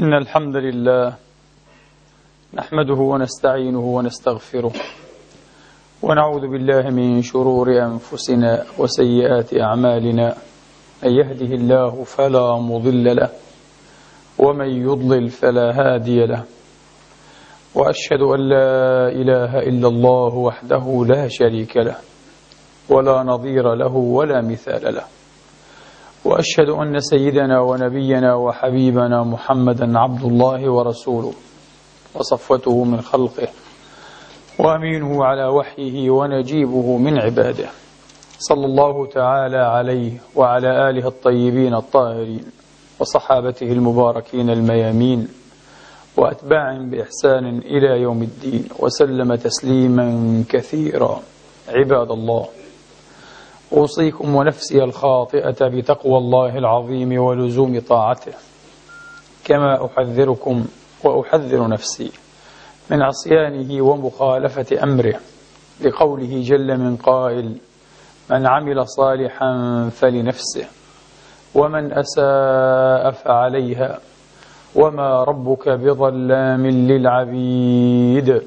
إن الحمد لله نحمده ونستعينه ونستغفره ونعوذ بالله من شرور أنفسنا وسيئات أعمالنا. من يهده الله فلا مضل له ومن يضلل فلا هادي له، وأشهد أن لا إله إلا الله وحده لا شريك له ولا نظير له ولا مثال له، وأشهد أن سيدنا ونبينا وحبيبنا محمدا عبد الله ورسوله وصفوته من خلقه وأمينه على وحيه ونجيبه من عباده، صلى الله تعالى عليه وعلى آله الطيبين الطاهرين وصحابته المباركين الميامين وأتباعهم بإحسان إلى يوم الدين، وسلم تسليما كثيرا. عباد الله، أوصيكم ونفسي الخاطئة بتقوى الله العظيم ولزوم طاعته، كما أحذركم وأحذر نفسي من عصيانه ومخالفة أمره، لقوله جل من قائل: من عمل صالحا فلنفسه ومن أساء فعليها وما ربك بظلام للعبيد.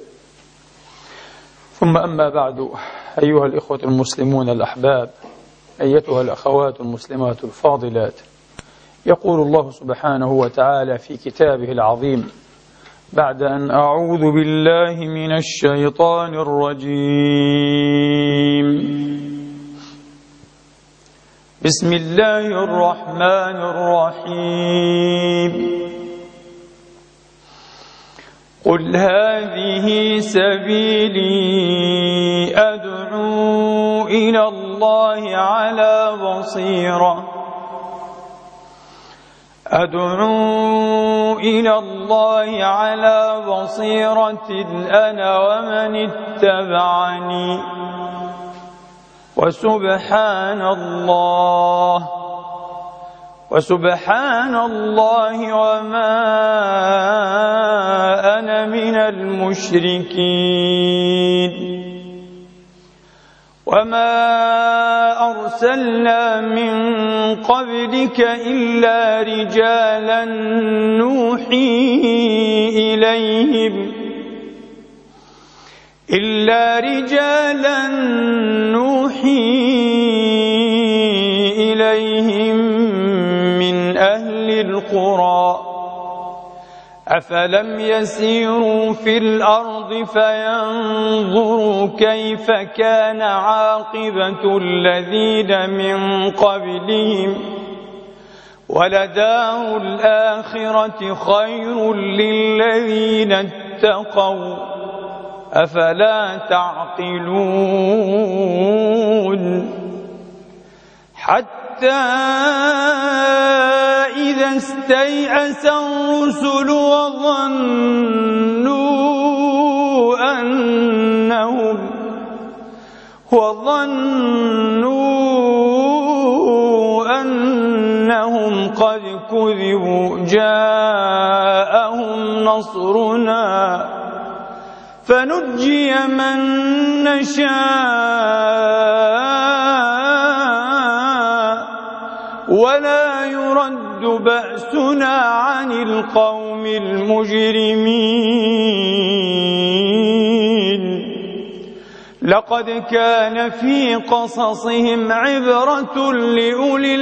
ثم أما بعد، أيها الإخوة المسلمون الأحباب، أيتها الأخوات المسلمات الفاضلات، يقول الله سبحانه وتعالى في كتابه العظيم بعد أن أعوذ بالله من الشيطان الرجيم: بسم الله الرحمن الرحيم: قل هذه سبيلي أدعو إلى الله على بصيرة أنا ومن اتبعني، وسبحان الله وما أنا من المشركين. وما أرسلنا من قبلك إلا رجالا نوحي إليهم من أهل القرى، أفلم يسيروا في الأرض فينظروا كيف كان عاقبة الذين من قبلهم، ولدار الآخرة خير للذين اتقوا، أفلا تعقلون. حتى إذا استيأس الرسل وظنوا أنهم قد كذبوا، جاءهم نصرنا فنجي من نشاء ولا يرد بأسنا عن القوم المجرمين. لقد كان في قصصهم عبرة لأولي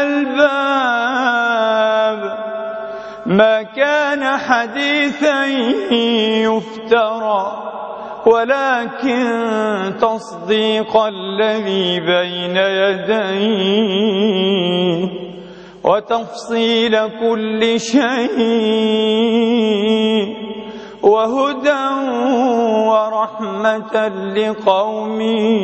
الألباب، ما كان حديثا يفترى، ولكن تصديق الذي بين يديه وتفصيل كل شيء وهدى ورحمة لقوم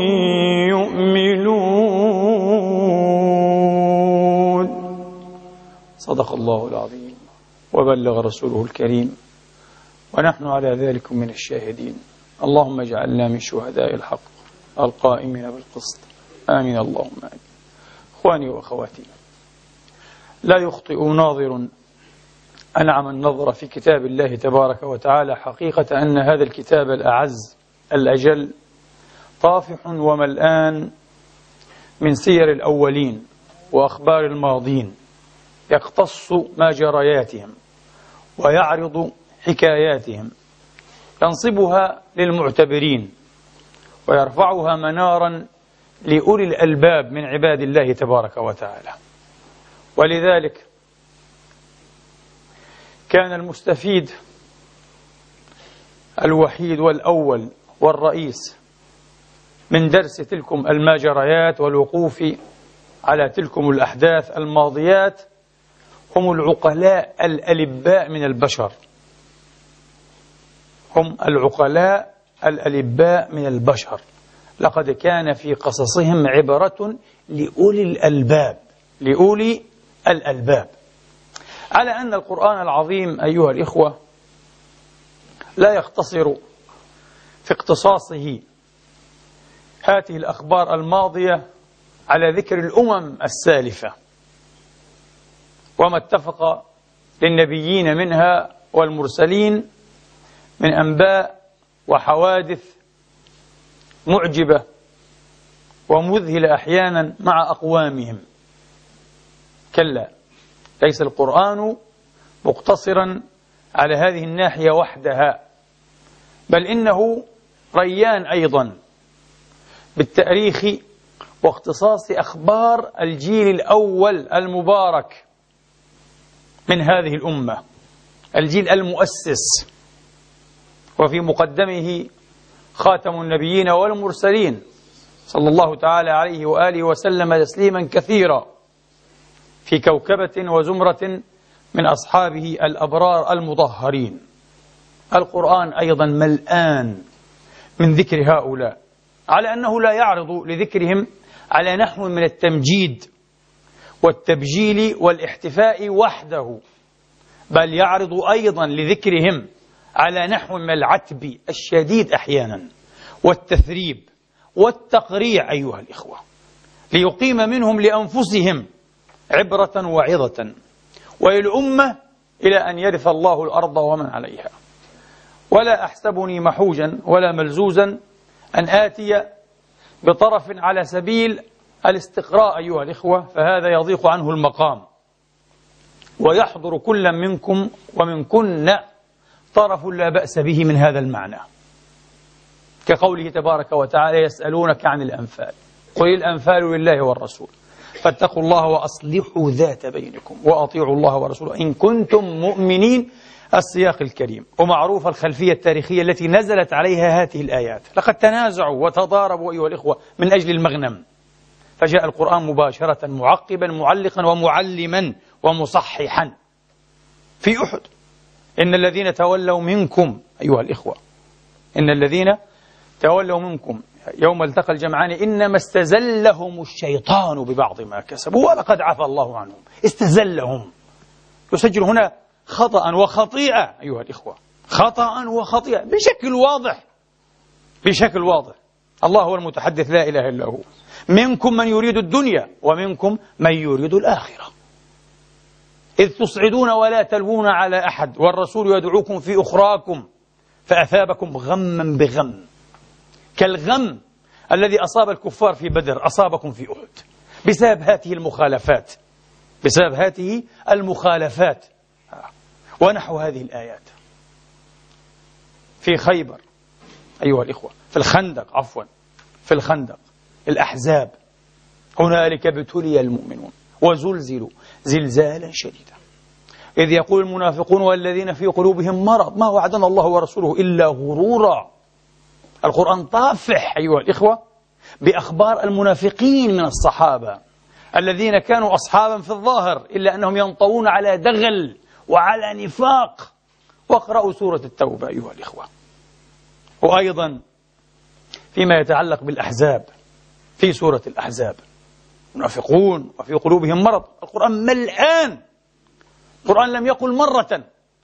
يؤمنون. صدق الله العظيم وبلغ رسوله الكريم، ونحن على ذلك من الشاهدين. اللهم اجعلنا من شهداء الحق القائمين بالقسط، آمين اللهم آمين. إخواني وأخواتي، لا يخطئ ناظر أنعم النظر في كتاب الله تبارك وتعالى حقيقة أن هذا الكتاب الأعز الأجل طافح وملآن من سير الأولين وأخبار الماضين، يقتص ما جرياتهم ويعرض حكاياتهم، ينصبها للمعتبرين ويرفعها منارا لأولي الألباب من عباد الله تبارك وتعالى. ولذلك كان المستفيد الوحيد والأول والرئيس من درس تلكم الماجريات والوقوف على تلكم الأحداث الماضيات هم العقلاء الألباء من البشر، هم العقلاء الألباء من البشر. لقد كان في قصصهم عبرة لأولي الألباب، لأولي الألباب. على أن القرآن العظيم أيها الإخوة لا يقتصر في اختصاصه هذه الأخبار الماضية على ذكر الأمم السالفة وما اتفق للنبيين منها والمرسلين من أنباء وحوادث معجبة ومذهلة أحيانا مع أقوامهم. كلا، ليس القرآن مقتصرا على هذه الناحية وحدها، بل إنه ريان أيضا بالتاريخ واختصاص أخبار الجيل الأول المبارك من هذه الأمة، الجيل المؤسس، وفي مقدمه خاتم النبيين والمرسلين صلى الله تعالى عليه وآله وسلم تسليما كثيرا، في كوكبة وزمرة من أصحابه الأبرار المطهرين. القرآن أيضا ملآن من ذكر هؤلاء، على أنه لا يعرض لذكرهم على نحو من التمجيد والتبجيل والاحتفاء وحده، بل يعرض أيضا لذكرهم على نحو من العتب الشديد أحيانا والتثريب والتقريع أيها الإخوة، ليقيم منهم لأنفسهم عبرة وعظة وللأمة إلى أن يرث الله الأرض ومن عليها. ولا أحسبني محوجا ولا ملزوزا أن آتي بطرف على سبيل الاستقراء أيها الإخوة، فهذا يضيق عنه المقام، ويحضر كل منكم ومنكن طرف لا بأس به من هذا المعنى، كقوله تبارك وتعالى: يسألونك عن الأنفال قل الأنفال لله والرسول فاتقوا الله وأصلحوا ذات بينكم وأطيعوا الله ورسوله إن كنتم مؤمنين. السياق الكريم ومعروف الخلفية التاريخية التي نزلت عليها هذه الآيات. لقد تنازعوا وتضاربوا أيها الإخوة من أجل المغنم، فجاء القرآن مباشرة معقبا معلقا ومعلما ومصححا. في أحد إن الذين تولوا منكم أيها الإخوة، إن الذين تولوا منكم يوم التقى الجمعان إنما استزلهم الشيطان ببعض ما كسبوا ولقد عفى الله عنهم. استزلهم يسجل هنا خطأ وخطيئة أيها الإخوة، خطأ وخطيئة بشكل واضح، بشكل واضح. الله هو المتحدث لا إله إلا هو. منكم من يريد الدنيا ومنكم من يريد الآخرة، إذ تصعدون ولا تلوون على أحد والرسول يدعوكم في أخراكم فأثابكم غما بغم، كالغم الذي أصاب الكفار في بدر أصابكم في أحد بسبب هذه المخالفات، بسبب هذه المخالفات. ونحو هذه الآيات في خيبر أيها الإخوة، في الخندق، عفوا في الخندق، الأحزاب، هنالك ابتلي المؤمنون وزلزلوا زلزالا شديدا إذ يقول المنافقون والذين في قلوبهم مرض ما وعدنا الله ورسوله إلا غرورا. القرآن طافح أيها الإخوة بأخبار المنافقين من الصحابة الذين كانوا أصحابا في الظاهر إلا أنهم ينطوون على دغل وعلى نفاق. واقرأوا سورة التوبة أيها الإخوة. وأيضا فيما يتعلق بالأحزاب، في سورة الأحزاب منافقون وفي قلوبهم مرض، القرآن ملآن. القرآن لم يقل مرة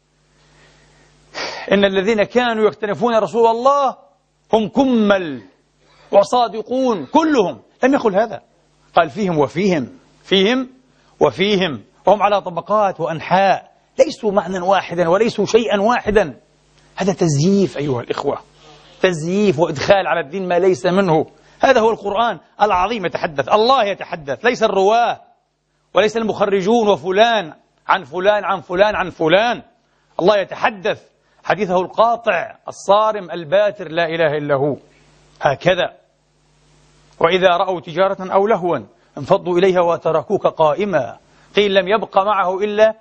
إن الذين كانوا يكتنفون رسول الله هم كمل وصادقون كلهم، لم يقل هذا، قال فيهم وفيهم، فيهم وفيهم، وهم على طبقات وأنحاء، ليسوا معنى واحدا وليسوا شيئا واحدا. هذا تزييف أيها الإخوة، تزييف وإدخال على الدين ما ليس منه. هذا هو القرآن العظيم يتحدث، الله يتحدث، ليس الرواة وليس المخرجون وفلان عن فلان عن فلان عن فلان. الله يتحدث حديثه القاطع الصارم الباتر لا إله إلا هو هكذا. وإذا رأوا تجارة أو لهوا انفضوا إليها وتركوك قائما، قيل لم يبق معه إلا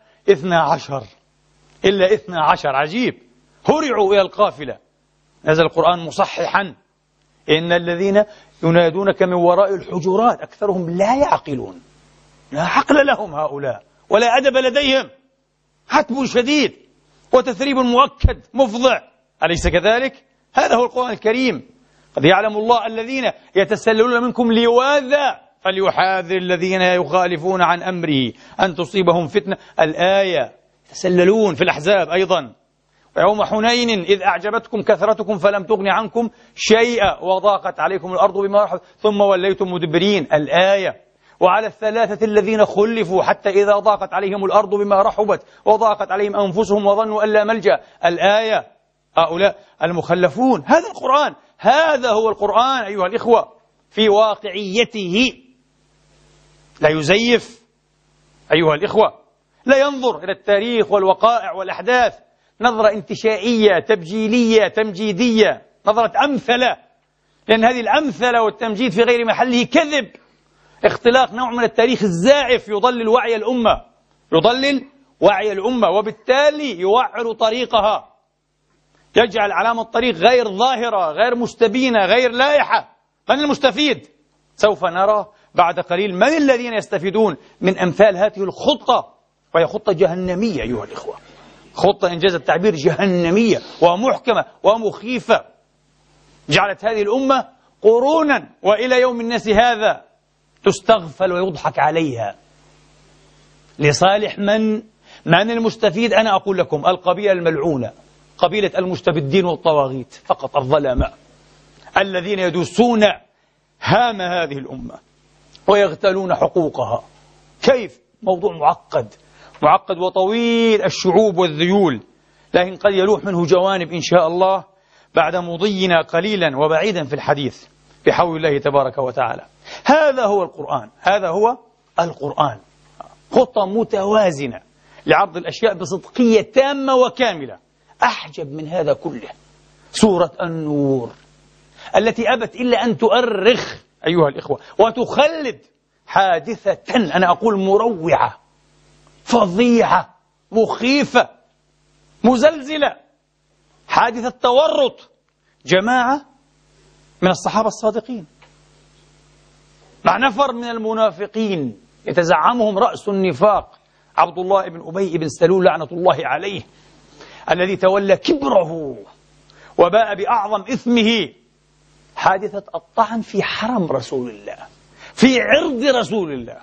12 عجيب، هرعوا إلى القافلة. نزل القرآن مصححا إن الذين ينادونك من وراء الحجرات أكثرهم لا يعقلون، لا عقل لهم هؤلاء ولا أدب لديهم، حتم شديد وتثريب مؤكد مفضع، أليس كذلك؟ هذا هو القرآن الكريم. قد يعلم الله الذين يتسللون منكم لواذا فليحاذر الذين يخالفون عن أمره أن تصيبهم فتنة. الآية يتسللون في الأحزاب أيضا. ويوم حنين إذ أعجبتكم كثرتكم فلم تغن عنكم شيئا وضاقت عليكم الأرض بما رحبت ثم وليتم مدبرين. الآية. وعلى الثلاثة الذين خلفوا حتى إذا ضاقت عليهم الأرض بما رحبت وضاقت عليهم أنفسهم وظنوا أن لا ملجأ. الآية. هؤلاء المخلفون. هذا القرآن، هذا هو القرآن أيها الإخوة في واقعيته، لا يزيف أيها الإخوة، لا ينظر إلى التاريخ والوقائع والأحداث نظرة انتشائية تبجيلية تمجيدية، نظرة أمثلة، لأن هذه الأمثلة والتمجيد في غير محله كذب، اختلاق نوع من التاريخ الزائف يضلل وعي الأمة وبالتالي يوعر طريقها، يجعل علامة الطريق غير ظاهرة غير مستبينة غير لائحة. من المستفيد؟ سوف نرى بعد قليل من الذين يستفيدون من أمثال هذه الخطة، وهي خطة جهنمية أيها الإخوة، خطة إنجاز التعبير جهنمية ومحكمة ومخيفة، جعلت هذه الأمة قرونا وإلى يوم الناس هذا تستغفل ويضحك عليها لصالح من المستفيد؟ أنا أقول لكم القبيلة الملعونة، قبيلة المستبدين والطواغيت فقط، الظلماء الذين يدوسون هام هذه الأمة ويغتالون حقوقها. كيف؟ موضوع معقد وطويل الشعوب والذيول، لكن قد يلوح منه جوانب إن شاء الله بعد مضينا قليلا وبعيدا في الحديث بحول الله تبارك وتعالى. هذا هو القرآن، خطة متوازنة لعرض الأشياء بصدقية تامة وكاملة. أحجب من هذا كله سورة النور التي أبت إلا أن تؤرخ أيها الإخوة وتخلد حادثة، أنا أقول مروعة فظيعة مخيفة مزلزلة، حادثة تورط جماعة من الصحابة الصادقين مع نفر من المنافقين يتزعمهم رأس النفاق عبد الله بن أبي بن سلول لعنة الله عليه، الذي تولى كبره وباء بأعظم إثمه، حادثة الطعن في حرم رسول الله، في عرض رسول الله.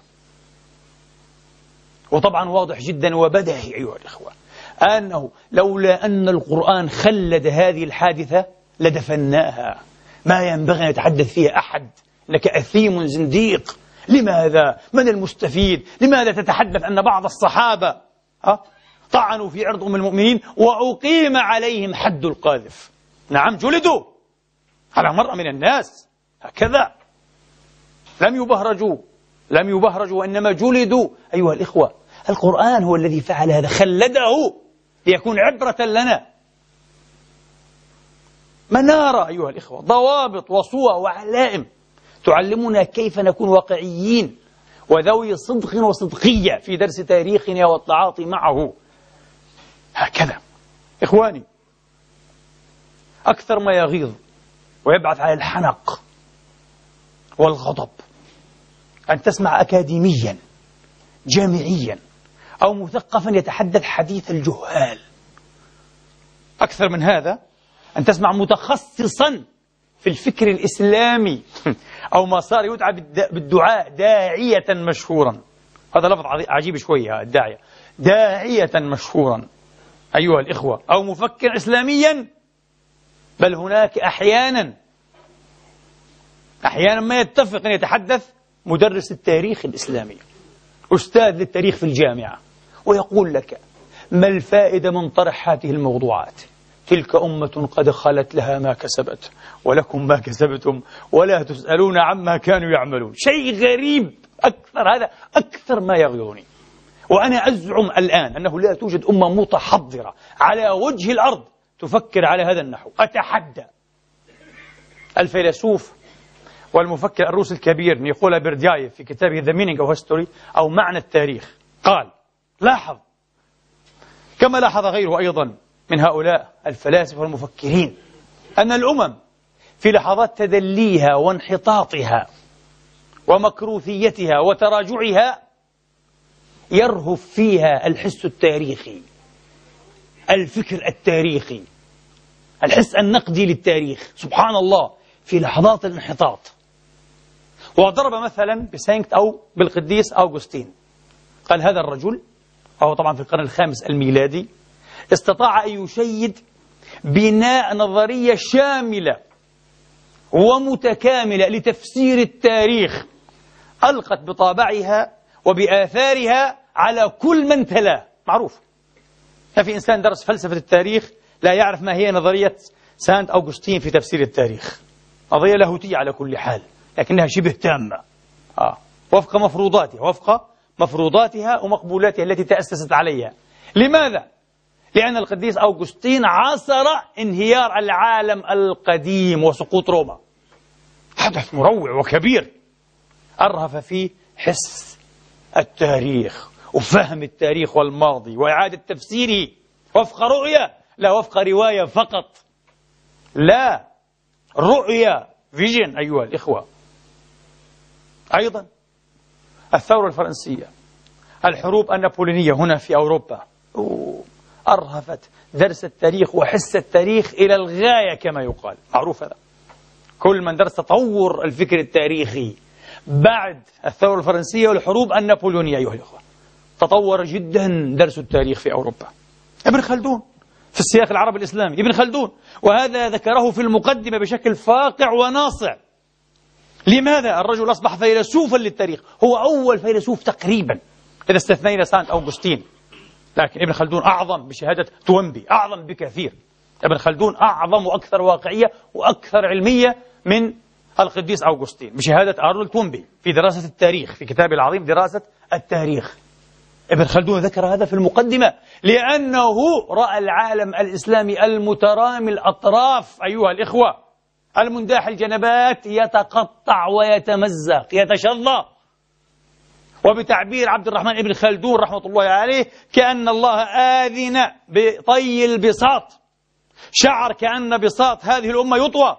وطبعا واضح جدا وبدهي أيها الإخوة أنه لولا أن القرآن خلد هذه الحادثة لدفناها، ما ينبغي أن يتحدث فيها أحد، إنك أثيم زنديق. لماذا؟ من المستفيد؟ لماذا تتحدث أن بعض الصحابة طعنوا في عرض أم المؤمنين وأقيم عليهم حد القاذف؟ نعم جلدوا على مرأى من الناس هكذا، لم يبهرجوا وإنما جلدوا. أيها الإخوة القرآن هو الذي فعل هذا، خلده ليكون عبرة لنا، منارة أيها الإخوة، ضوابط وصور وعلائم تعلمنا كيف نكون واقعيين وذوي صدق وصدقية في درس تاريخنا والتعاطي معه. هكذا إخواني، أكثر ما يغيظ ويبعث على الحنق والغضب أن تسمع أكاديميا جامعيا أو مثقفا يتحدث حديث الجهال. أكثر من هذا أن تسمع متخصصا في الفكر الإسلامي أو ما صار يدعى بالدعاء داعية مشهورا، هذا لفظ عجيب شوية، الداعية داعية مشهورا أيها الإخوة، أو مفكر إسلاميا، بل هناك أحيانا ما يتفق أن يتحدث مدرس التاريخ الإسلامي، أستاذ للتاريخ في الجامعة، ويقول لك ما الفائدة من طرح هذه الموضوعات؟ تلك أمة قد خلت لها ما كسبت ولكم ما كسبتم ولا تسألون عما كانوا يعملون. شيء غريب، هذا أكثر ما يغيظني وأنا أزعم الآن أنه لا توجد أمة متحضرة على وجه الأرض تفكر على هذا النحو. أتحدى الفيلسوف والمفكر الروسي الكبير نيكولا بيرديايف في كتابه The Meaning of History أو معنى التاريخ قال، لاحظ كما لاحظ غيره أيضا من هؤلاء الفلاسفة والمفكرين، أن الأمم في لحظات تدليها وانحطاطها ومكروثيتها وتراجعها يرهف فيها الحس التاريخي، الفكر التاريخي، الحس النقدي للتاريخ. سبحان الله، في لحظات الانحطاط. وضرب مثلا بسينكت أو بالقديس أوغسطين، قال هذا الرجل وهو طبعا في القرن الخامس الميلادي استطاع أن يشيد بناء نظرية شاملة ومتكاملة لتفسير التاريخ ألقت بطابعها وبآثارها على كل من تلاه. معروف، ما في إنسان درس فلسفة التاريخ لا يعرف ما هي نظرية سانت أوغسطين في تفسير التاريخ. نظرية لاهوتية على كل حال، لكنها شبه تامة وفق مفروضاتها ومقبولاتها التي تأسست عليها. لماذا؟ لأن القديس أوغسطين عاصر انهيار العالم القديم وسقوط روما، حدث مروع وكبير أرهف فيه حس التاريخ وفهم التاريخ والماضي وإعادة تفسيره وفق رؤية لا وفق رواية فقط، لا، رؤية، فيجن أيها الإخوة. أيضا الثورة الفرنسية، الحروب النابليونية هنا في أوروبا أرهفت درس التاريخ وحس التاريخ إلى الغاية كما يقال. معروف هذا، كل من درس تطور الفكر التاريخي بعد الثورة الفرنسية والحروب النابليونية أيها الأخوة تطور جدا درس التاريخ في أوروبا. ابن خلدون في السياق العربي الإسلامي، ابن خلدون، وهذا ذكره في المقدمة بشكل فاقع وناصع. لماذا؟ الرجل أصبح فيلسوفا للتاريخ، هو أول فيلسوف تقريبا إذا استثنينا سانت أوغسطين، لكن ابن خلدون أعظم بشهادة توينبي، أعظم بكثير. ابن خلدون أعظم وأكثر واقعية وأكثر علمية من القديس أوغسطين بشهادة أرنولد توينبي في دراسة التاريخ في كتابه العظيم دراسة التاريخ. ابن خلدون ذكر هذا في المقدمة لأنه رأى العالم الإسلامي المترامي الأطراف أيها الإخوة المنداح الجنبات يتقطع ويتمزق يتشظى، وبتعبير عبد الرحمن ابن خلدون رحمة الله عليه كأن الله آذن بطي البساط، شعر كأن بساط هذه الأمة يطوى.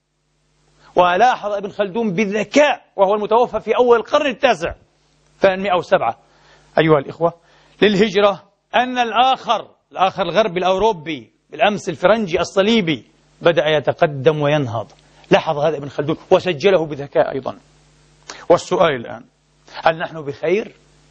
ولاحظ ابن خلدون بذكاء وهو المتوفى في أول القرن التاسع 807 أيها الإخوة للهجرة أن الآخر الغربي الأوروبي بالأمس الفرنجي الصليبي بدأ يتقدم وينهض. لاحظ هذا ابن خلدون وسجله بذكاء أيضا. والسؤال الآن، هل نحن بخير؟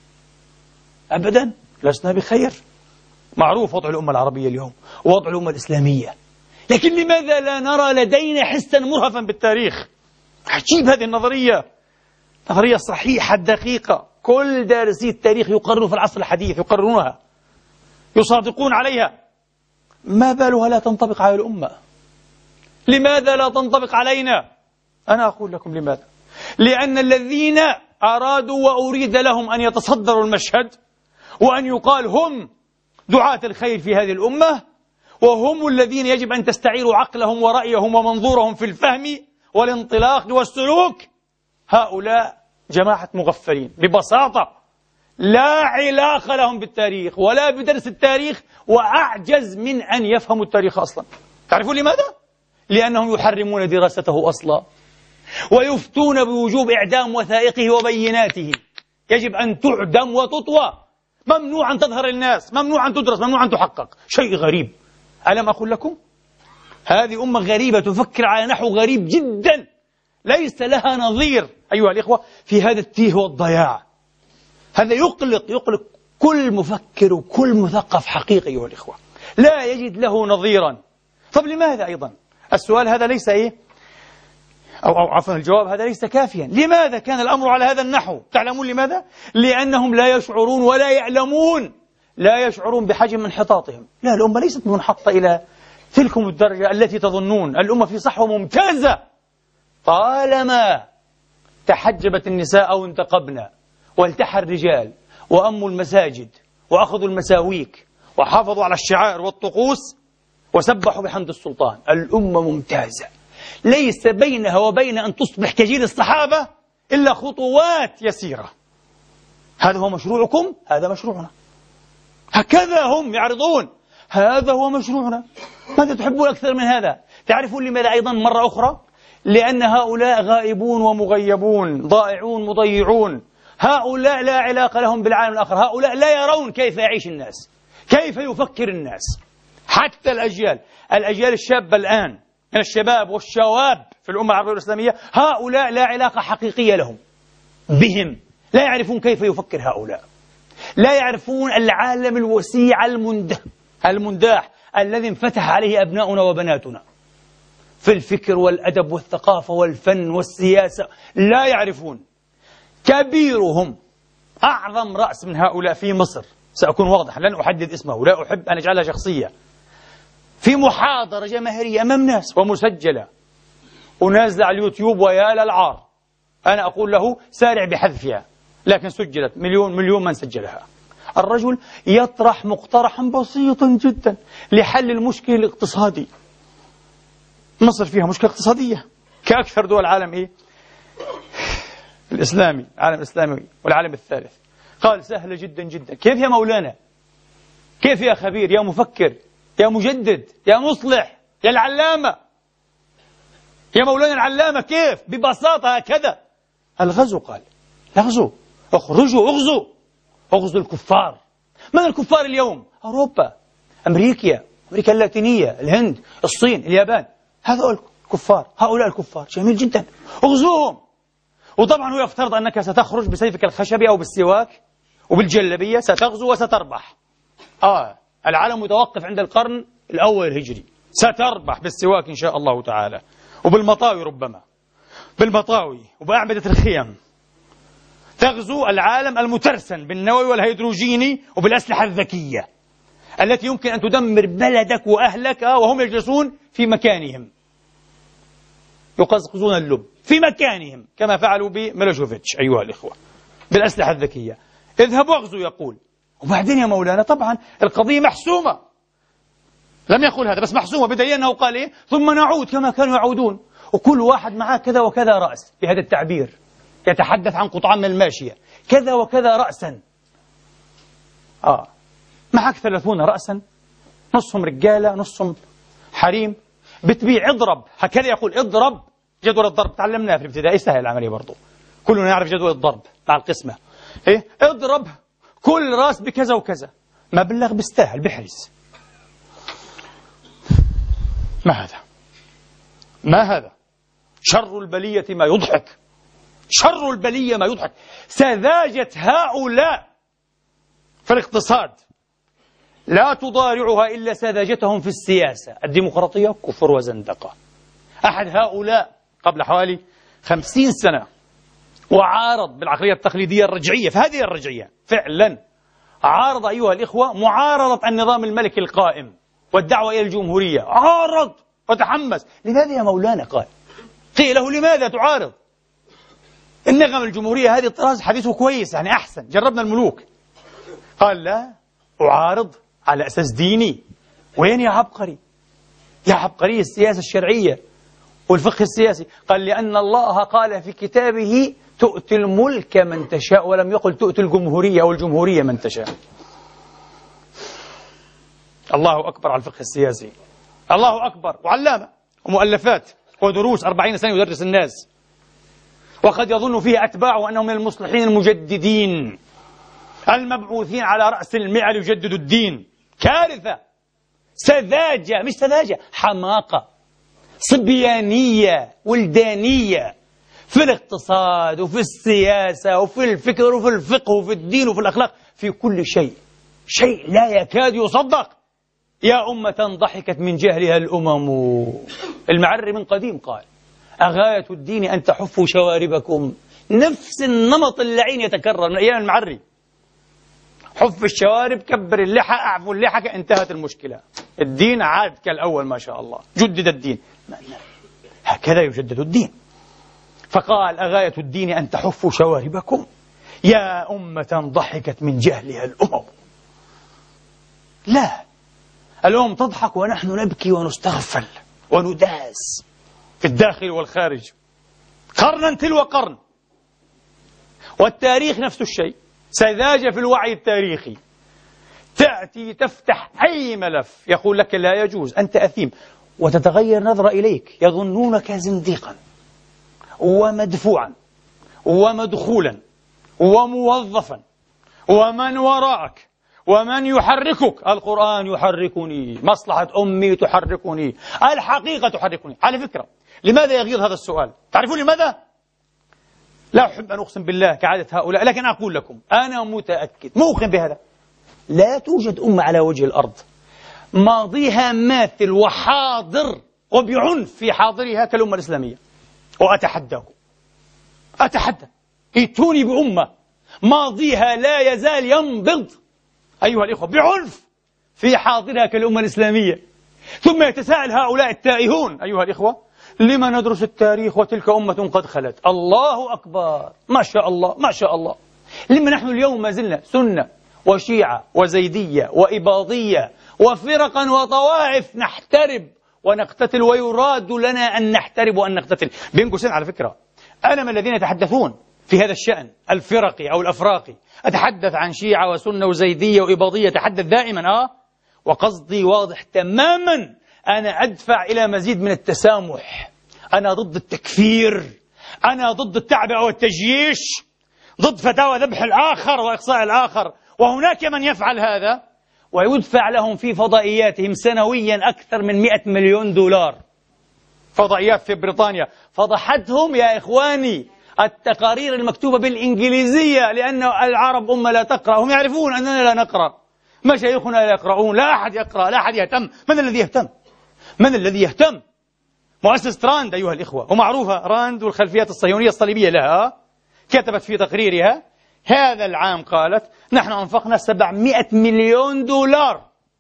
أبدا لسنا بخير. معروف وضع الأمة العربية اليوم ووضع الأمة الإسلامية، لكن لماذا لا نرى لدينا حسا مرهفا بالتاريخ؟ عجيب هذه النظرية، نظرية صحيحة دقيقة، كل دارسي التاريخ يقررون في العصر الحديث يقررونها يصادقون عليها. ما بالها لا تنطبق على الأمة؟ لماذا لا تنطبق علينا؟ أنا أقول لكم لماذا. لأن الذين أرادوا وأريد لهم أن يتصدروا المشهد وأن يقال هم دعاة الخير في هذه الأمة وهم الذين يجب أن تستعيروا عقلهم ورأيهم ومنظورهم في الفهم والانطلاق والسلوك، هؤلاء جماعة مغفلين ببساطة لا علاقة لهم بالتاريخ ولا بدرس التاريخ، وأعجز من أن يفهموا التاريخ أصلا. تعرفون لماذا؟ لأنهم يحرمون دراسته أصلا ويفتون بوجوب إعدام وثائقه وبيناته، يجب أن تعدم وتطوى، ممنوع أن تظهر الناس، ممنوع أن تدرس، ممنوع أن تحقق. شيء غريب، ألم أقول لكم؟ هذه أمة غريبة تفكر على نحو غريب جدا ليس لها نظير أيها الإخوة في هذا التيه والضياع. هذا يقلق كل مفكر وكل مثقف حقيقي أيها الإخوة، لا يجد له نظيرا. طب لماذا أيضا؟ السؤال هذا ليس أو عفوا الجواب هذا ليس كافيا. لماذا كان الأمر على هذا النحو؟ تعلمون لماذا؟ لأنهم لا يشعرون ولا يعلمون، لا يشعرون بحجم انحطاطهم. لا، الأمة ليست منحطة إلى تلكم الدرجة التي تظنون. الأمة في صحوة ممتازة طالما تحجبت النساء أو انتقبنا والتحى الرجال وأموا المساجد وأخذوا المساويك وحافظوا على الشعائر والطقوس وسبحوا بحمد السلطان. الأمة ممتازة، ليس بينها وبين أن تصبح كجيل الصحابة إلا خطوات يسيرة. هذا هو مشروعكم، هذا مشروعنا. هكذا هم يعرضون، هذا هو مشروعنا. ماذا تحبون أكثر من هذا؟ تعرفون لماذا أيضا مرة أخرى؟ لأن هؤلاء غائبون ومغيبون، ضائعون مضيعون. هؤلاء لا علاقة لهم بالعالم الآخر، هؤلاء لا يرون كيف يعيش الناس، كيف يفكر الناس. حتى الأجيال الشابة الآن من الشباب والشواب في الأمة العربية والإسلامية، هؤلاء لا علاقة حقيقية لهم بهم، لا يعرفون كيف يفكر هؤلاء، لا يعرفون العالم الوسيع المنداح الذي انفتح عليه أبناؤنا وبناتنا في الفكر والأدب والثقافة والفن والسياسة. لا يعرفون. كبيرهم أعظم رأس من هؤلاء في مصر، سأكون واضحا لن أحدد اسمه، لا أحب أن أجعلها شخصية، في محاضرة جماهيرية أمام ناس ومسجلة ونازلة على اليوتيوب ويا للعار، أنا أقول له سارع بحذفها، لكن سجلت مليون من سجلها. الرجل يطرح مقترحا بسيطا جدا لحل المشكلة الاقتصادي. مصر فيها مشكلة اقتصادية كأكثر دول العالم الإسلامي، العالم الإسلامي والعالم الثالث. قال سهلة جدا جدا. كيف يا مولانا؟ كيف يا خبير، يا مفكر، يا مجدد، يا مصلح، يا العلامة، يا مولانا العلامة؟ كيف؟ ببساطة هكذا. الغزو، قال اغزوا، اخرجوا، اغزوا الكفار. من الكفار اليوم؟ أوروبا، أمريكا اللاتينية، الهند، الصين، اليابان، هذول الكفار، هؤلاء الكفار. جميل جدا، اغزوهم. وطبعا هو يفترض أنك ستخرج بسيفك الخشبي أو بالسواك وبالجلبية، ستغزو وستربح. العالم متوقف عند القرن الأول الهجري، ستربح بالسواك إن شاء الله تعالى، وبالمطاوي، ربما بالمطاوي وبأعمدة الخيم. تغزو العالم المترسن بالنووي والهيدروجيني وبالأسلحة الذكية التي يمكن أن تدمر بلدك وأهلك وهم يجلسون في مكانهم، يقزقزون اللب في مكانهم كما فعلوا بميلوشيفيتش أيها الإخوة بالأسلحة الذكية. اذهبوا اغزوا يقول. وبعدين يا مولانا طبعا القضية محسومة، لم يقل هذا بس محسومة، بدليل أنه قال ثم نعود كما كانوا يعودون، وكل واحد معاه كذا وكذا رأس، بهذا التعبير يتحدث عن قطعان من الماشية، كذا وكذا رأسا. معك 30 رأسا، نصهم رجالة نصهم حريم، بتبيع اضرب، هكذا يقول اضرب. جدول الضرب تعلمناه في الابتدائي، سهل العملية برضو، كلنا يعرف جدول الضرب مع القسمة. اضرب كل راس بكذا وكذا، مبلغ بيستاهل بحرز. ما هذا؟ شر البلية ما يضحك، شر البلية ما يضحك. سذاجة هؤلاء في الاقتصاد لا تضارعها إلا سذاجتهم في السياسة. الديمقراطية كفر وزندقة. أحد هؤلاء قبل حوالي 50 سنة وعارض بالعقلية التقليدية الرجعية، فهذه الرجعية فعلا عارض أيها الإخوة معارضة النظام الملكي القائم والدعوة إلى الجمهورية، عارض وتحمس. لماذا يا مولانا؟ قيل له لماذا تعارض؟ النظام الجمهورية هذه الطراز حديثه كويس، يعني أحسن، جربنا الملوك. قال لا، أعارض على أساس ديني. وين يا عبقري؟ يا عبقري السياسة الشرعية والفقه السياسي. قال لأن الله قال في كتابه تؤتي الملك من تشاء، ولم يقل تؤتي الجمهورية أو الجمهورية من تشاء. الله أكبر على الفقه السياسي، الله أكبر. وعلامة ومؤلفات ودروس 40 سنة يدرس الناس، وقد يظن فيه أتباعه أنهم من المصلحين المجددين المبعوثين على رأس المئة ليجددوا الدين. كارثة، سذاجة، مش سذاجة، حماقة صبيانية ولدانية في الاقتصاد وفي السياسة وفي الفكر وفي الفقه وفي الدين وفي الأخلاق، في كل شيء، شيء لا يكاد يصدق. يا أمة ضحكت من جهلها الأمم. المعري من قديم قال أغاية الدين أن تحفوا شواربكم. نفس النمط اللعين يتكرر من أيام المعري. حف الشوارب، كبر اللحى، أعفوا اللحى، انتهت المشكلة. الدين عاد كالأول ما شاء الله، جدد الدين. هكذا يجدد الدين. فقال أغاية الدين أن تحفوا شواربكم، يا أمة ضحكت من جهلها الأمم. لا، الأمم تضحك ونحن نبكي ونستغفل ونداس في الداخل والخارج، قرنا تلو قرن. والتاريخ نفس الشيء، سذاجة في الوعي التاريخي. تأتي تفتح أي ملف يقول لك لا يجوز، أنت أثيم، وتتغير نظرة إليك، يظنونك زنديقا ومدفوعا ومدخولا وموظفا، ومن وراءك ومن يحركك. القرآن يحركني، مصلحة أمي تحركني، الحقيقة تحركني. على فكرة، لماذا يغير هذا السؤال؟ تعرفون لماذا؟ لا أحب أن أقسم بالله كعادة هؤلاء، لكن أقول لكم أنا متأكد موقن بهذا، لا توجد أمة على وجه الأرض ماضيها ماثل وحاضر وبعنف في حاضرها كالأمة الإسلامية. وأتحداكم، أتحدى، ائتوني بأمة ماضيها لا يزال ينبض أيها الإخوة بعنف في حاضرها كالأمة الإسلامية. ثم يتساءل هؤلاء التائهون أيها الإخوة: لما ندرس التاريخ وتلك أمة قد خلت؟ الله أكبر، ما شاء الله ما شاء الله. لما نحن اليوم ما زلنا سنة وشيعة وزيدية وإباضية وفرقا وطوائف نحترب ونقتتل، ويراد لنا أن نحترب وأن نقتتل. بين قوسين على فكرة، أنا من الذين يتحدثون في هذا الشأن الفرقي أو الأفراقي، أتحدث عن شيعة وسنة وزيدية وإباضية، أتحدث دائما وقصدي واضح تماما. أنا أدفع إلى مزيد من التسامح، أنا ضد التكفير، أنا ضد التعبئة والتجييش، ضد فتاوى ذبح الآخر وإقصاء الآخر. وهناك من يفعل هذا ويدفع لهم في فضائياتهم سنويا أكثر من 100 مليون دولار. فضائيات في بريطانيا فضحتهم يا إخواني التقارير المكتوبة بالإنجليزية، لأن العرب أمة لا تقرأ، هم يعرفون أننا لا نقرأ، مشايخنا لا يقرؤون، لا أحد يقرأ، لا أحد يهتم. من الذي يهتم؟ من الذي يهتم؟ مؤسسة راند أيها الإخوة، ومعروفة راند والخلفيات الصهيونية الصليبية لها، كتبت في تقريرها هذا العام قالت: نحن أنفقنا 700 مليون دولار،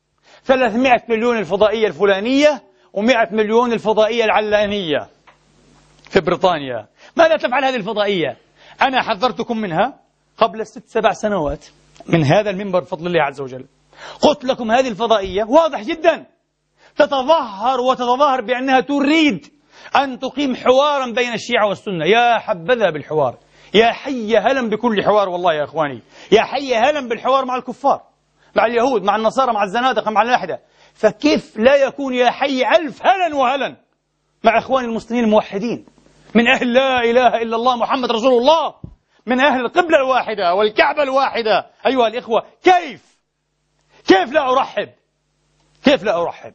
300 مليون الفضائية الفلانية و100 مليون الفضائية العلانية في بريطانيا. ماذا تفعل هذه الفضائية؟ أنا حذرتكم منها قبل 6-7 سنوات من هذا المنبر بفضل الله عز وجل. قلت لكم هذه الفضائية واضح جدا تتظاهر وتتظاهر بأنها تريد أن تقيم حوارا بين الشيعة والسنة. يا حبذا بالحوار، يا حي هلا بكل حوار، والله يا إخواني، يا حي هلا بالحوار مع الكفار، مع اليهود، مع النصارى، مع الزنادقة، مع اللاحدة. فكيف لا يكون يا حي ألف هلا وهلا مع إخوان المسلمين الموحدين من أهل لا إله إلا الله محمد رسول الله، من أهل القبلة الواحدة والكعبة الواحدة. أيها الإخوة، كيف لا أرحب؟ كيف لا أرحب؟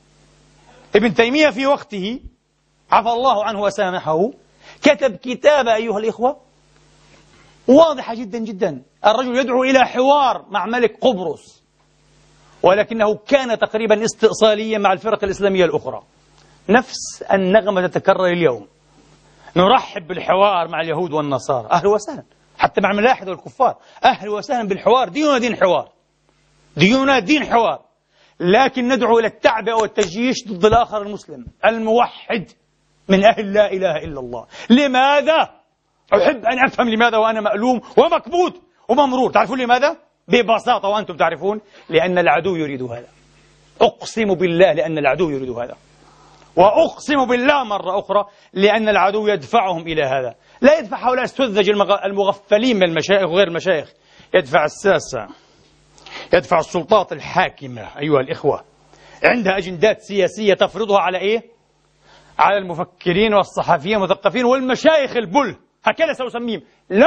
ابن تيمية في وقته عفى الله عنه وسامحه كتب كتابة أيها الإخوة واضحة جدا جدا. الرجل يدعو إلى حوار مع ملك قبرص، ولكنه كان تقريبا استئصاليا مع الفرق الإسلامية الأخرى. نفس النغمة تتكرر اليوم، نرحب بالحوار مع اليهود والنصارى، أهلا وسهلا، حتى مع الملاحدة والكفار، أهلا وسهلا بالحوار، ديننا دين حوار، ديننا دين حوار، لكن ندعو إلى التعبئة والتجييش ضد الآخر المسلم الموحد من أهل لا إله إلا الله. لماذا؟ أحب أن أفهم لماذا وأنا مألوم ومكبوت وممرور. تعرفون لماذا؟ ببساطة وأنتم تعرفون، لأن العدو يريد هذا. أقسم بالله لأن العدو يريد هذا، وأقسم بالله مرة أخرى لأن العدو يدفعهم إلى هذا. لا يدفع هؤلاء السذج المغفلين من المشايخ وغير المشايخ، يدفع الساسة، يدفع السلطات الحاكمة أيها الإخوة، عندها أجندات سياسية تفرضها على إيه؟ على المفكرين والصحفيين والمثقفين والمشايخ البل، هكذا سأسميهم،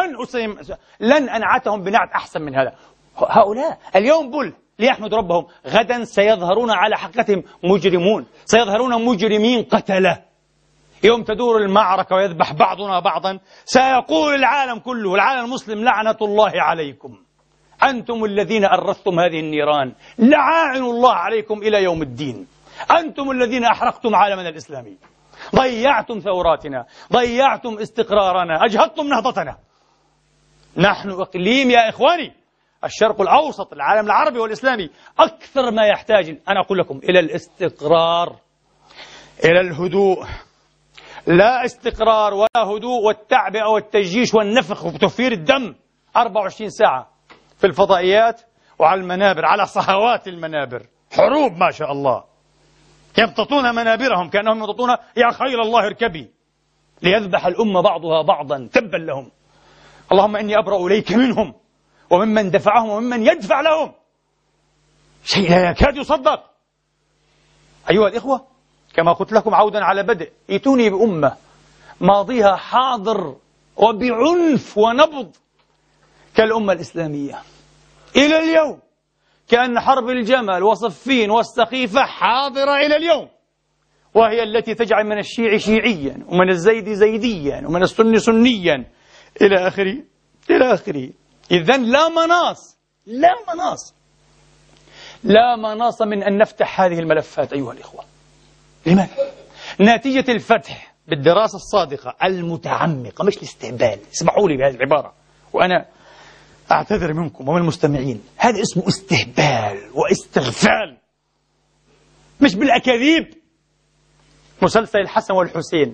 لن أنعتهم بنعت أحسن من هذا. هؤلاء اليوم بل ليحمدوا ربهم، غدا سيظهرون على حقيقتهم مجرمون، سيظهرون مجرمين قتلة. يوم تدور المعركة ويذبح بعضنا بعضا سيقول العالم كله، العالم المسلم: لعنة الله عليكم، أنتم الذين أرثتم هذه النيران، لعائن الله عليكم إلى يوم الدين، أنتم الذين أحرقتم عالمنا الإسلامي، ضيعتم ثوراتنا، ضيعتم استقرارنا، أجهضتم نهضتنا. نحن إقليم يا إخواني، الشرق الأوسط، العالم العربي والإسلامي أكثر ما يحتاج، أنا أقول لكم، إلى الاستقرار، إلى الهدوء، لا استقرار ولا هدوء والتعبئة والتجيش والنفخ وتوفير الدم 24 ساعة في الفضائيات وعلى المنابر، على صهوات المنابر، حروب ما شاء الله، يمتطون منابرهم كأنهم يمتطون يا خيل الله اركبي، ليذبح الأمة بعضها بعضا، تبا لهم. اللهم إني أبرأ إليك منهم وممن دفعهم وممن يدفع لهم. شيء لا يكاد يصدق. أيها الإخوة، كما قلت لكم عودا على بدء، ائتوني بأمة ماضيها حاضر وبعنف ونبض كالأمة الإسلامية إلى اليوم، كأن حرب الجمل وصفين والسقيفة حاضرة إلى اليوم، وهي التي تجعل من الشيعي شيعيا ومن الزيد زيديا ومن السني سنيا إلى آخره إلى آخره. إذن لا مناص، لا مناص، لا مناص من أن نفتح هذه الملفات أيها الإخوة. لماذا؟ نتيجة الفتح بالدراسة الصادقة المتعمقة، مش الاستهبال، اسمحوا لي بهذه العبارة وأنا أعتذر منكم ومن المستمعين، هذا اسمه استهبال واستغفال، مش بالأكاذيب. مسلسل الحسن والحسين،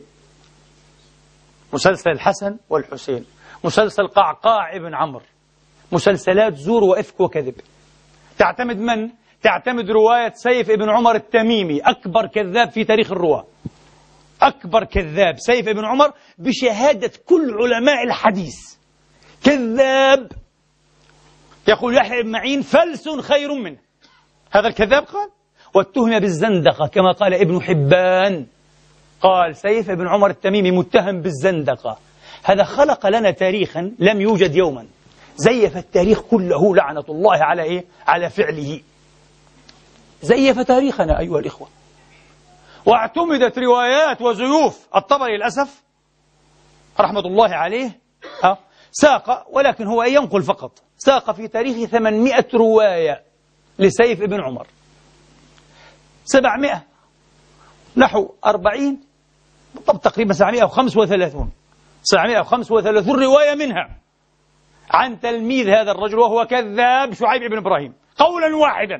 مسلسل الحسن والحسين، مسلسل قعقاع ابن عمرو، مسلسلات زور وإفك وكذب. تعتمد من؟ تعتمد رواية سيف ابن عمر التميمي، أكبر كذاب في تاريخ الرواة، أكبر كذاب سيف ابن عمر بشهادة كل علماء الحديث، كذاب. يقول يحيى بن معين فلس خير منه، هذا الكذاب قال، واتهم بالزندقة كما قال ابن حبان، قال سيف ابن عمر التميمي متهم بالزندقة. هذا خلق لنا تاريخا لم يوجد يوما، زيف التاريخ كله لعنة الله على إيه؟ على فعله، زيف تاريخنا أيها الإخوة. واعتمدت روايات وزيوف الطبري للأسف رحمة الله عليه، ساق، ولكن هو ينقل فقط، ساق في تاريخه 800 رواية لسيف ابن عمر، 700 نحو 40 بالضبط، تقريبا 735 رواية منها عن تلميذ هذا الرجل وهو كذاب شعيب بن إبراهيم، قولا واحدا.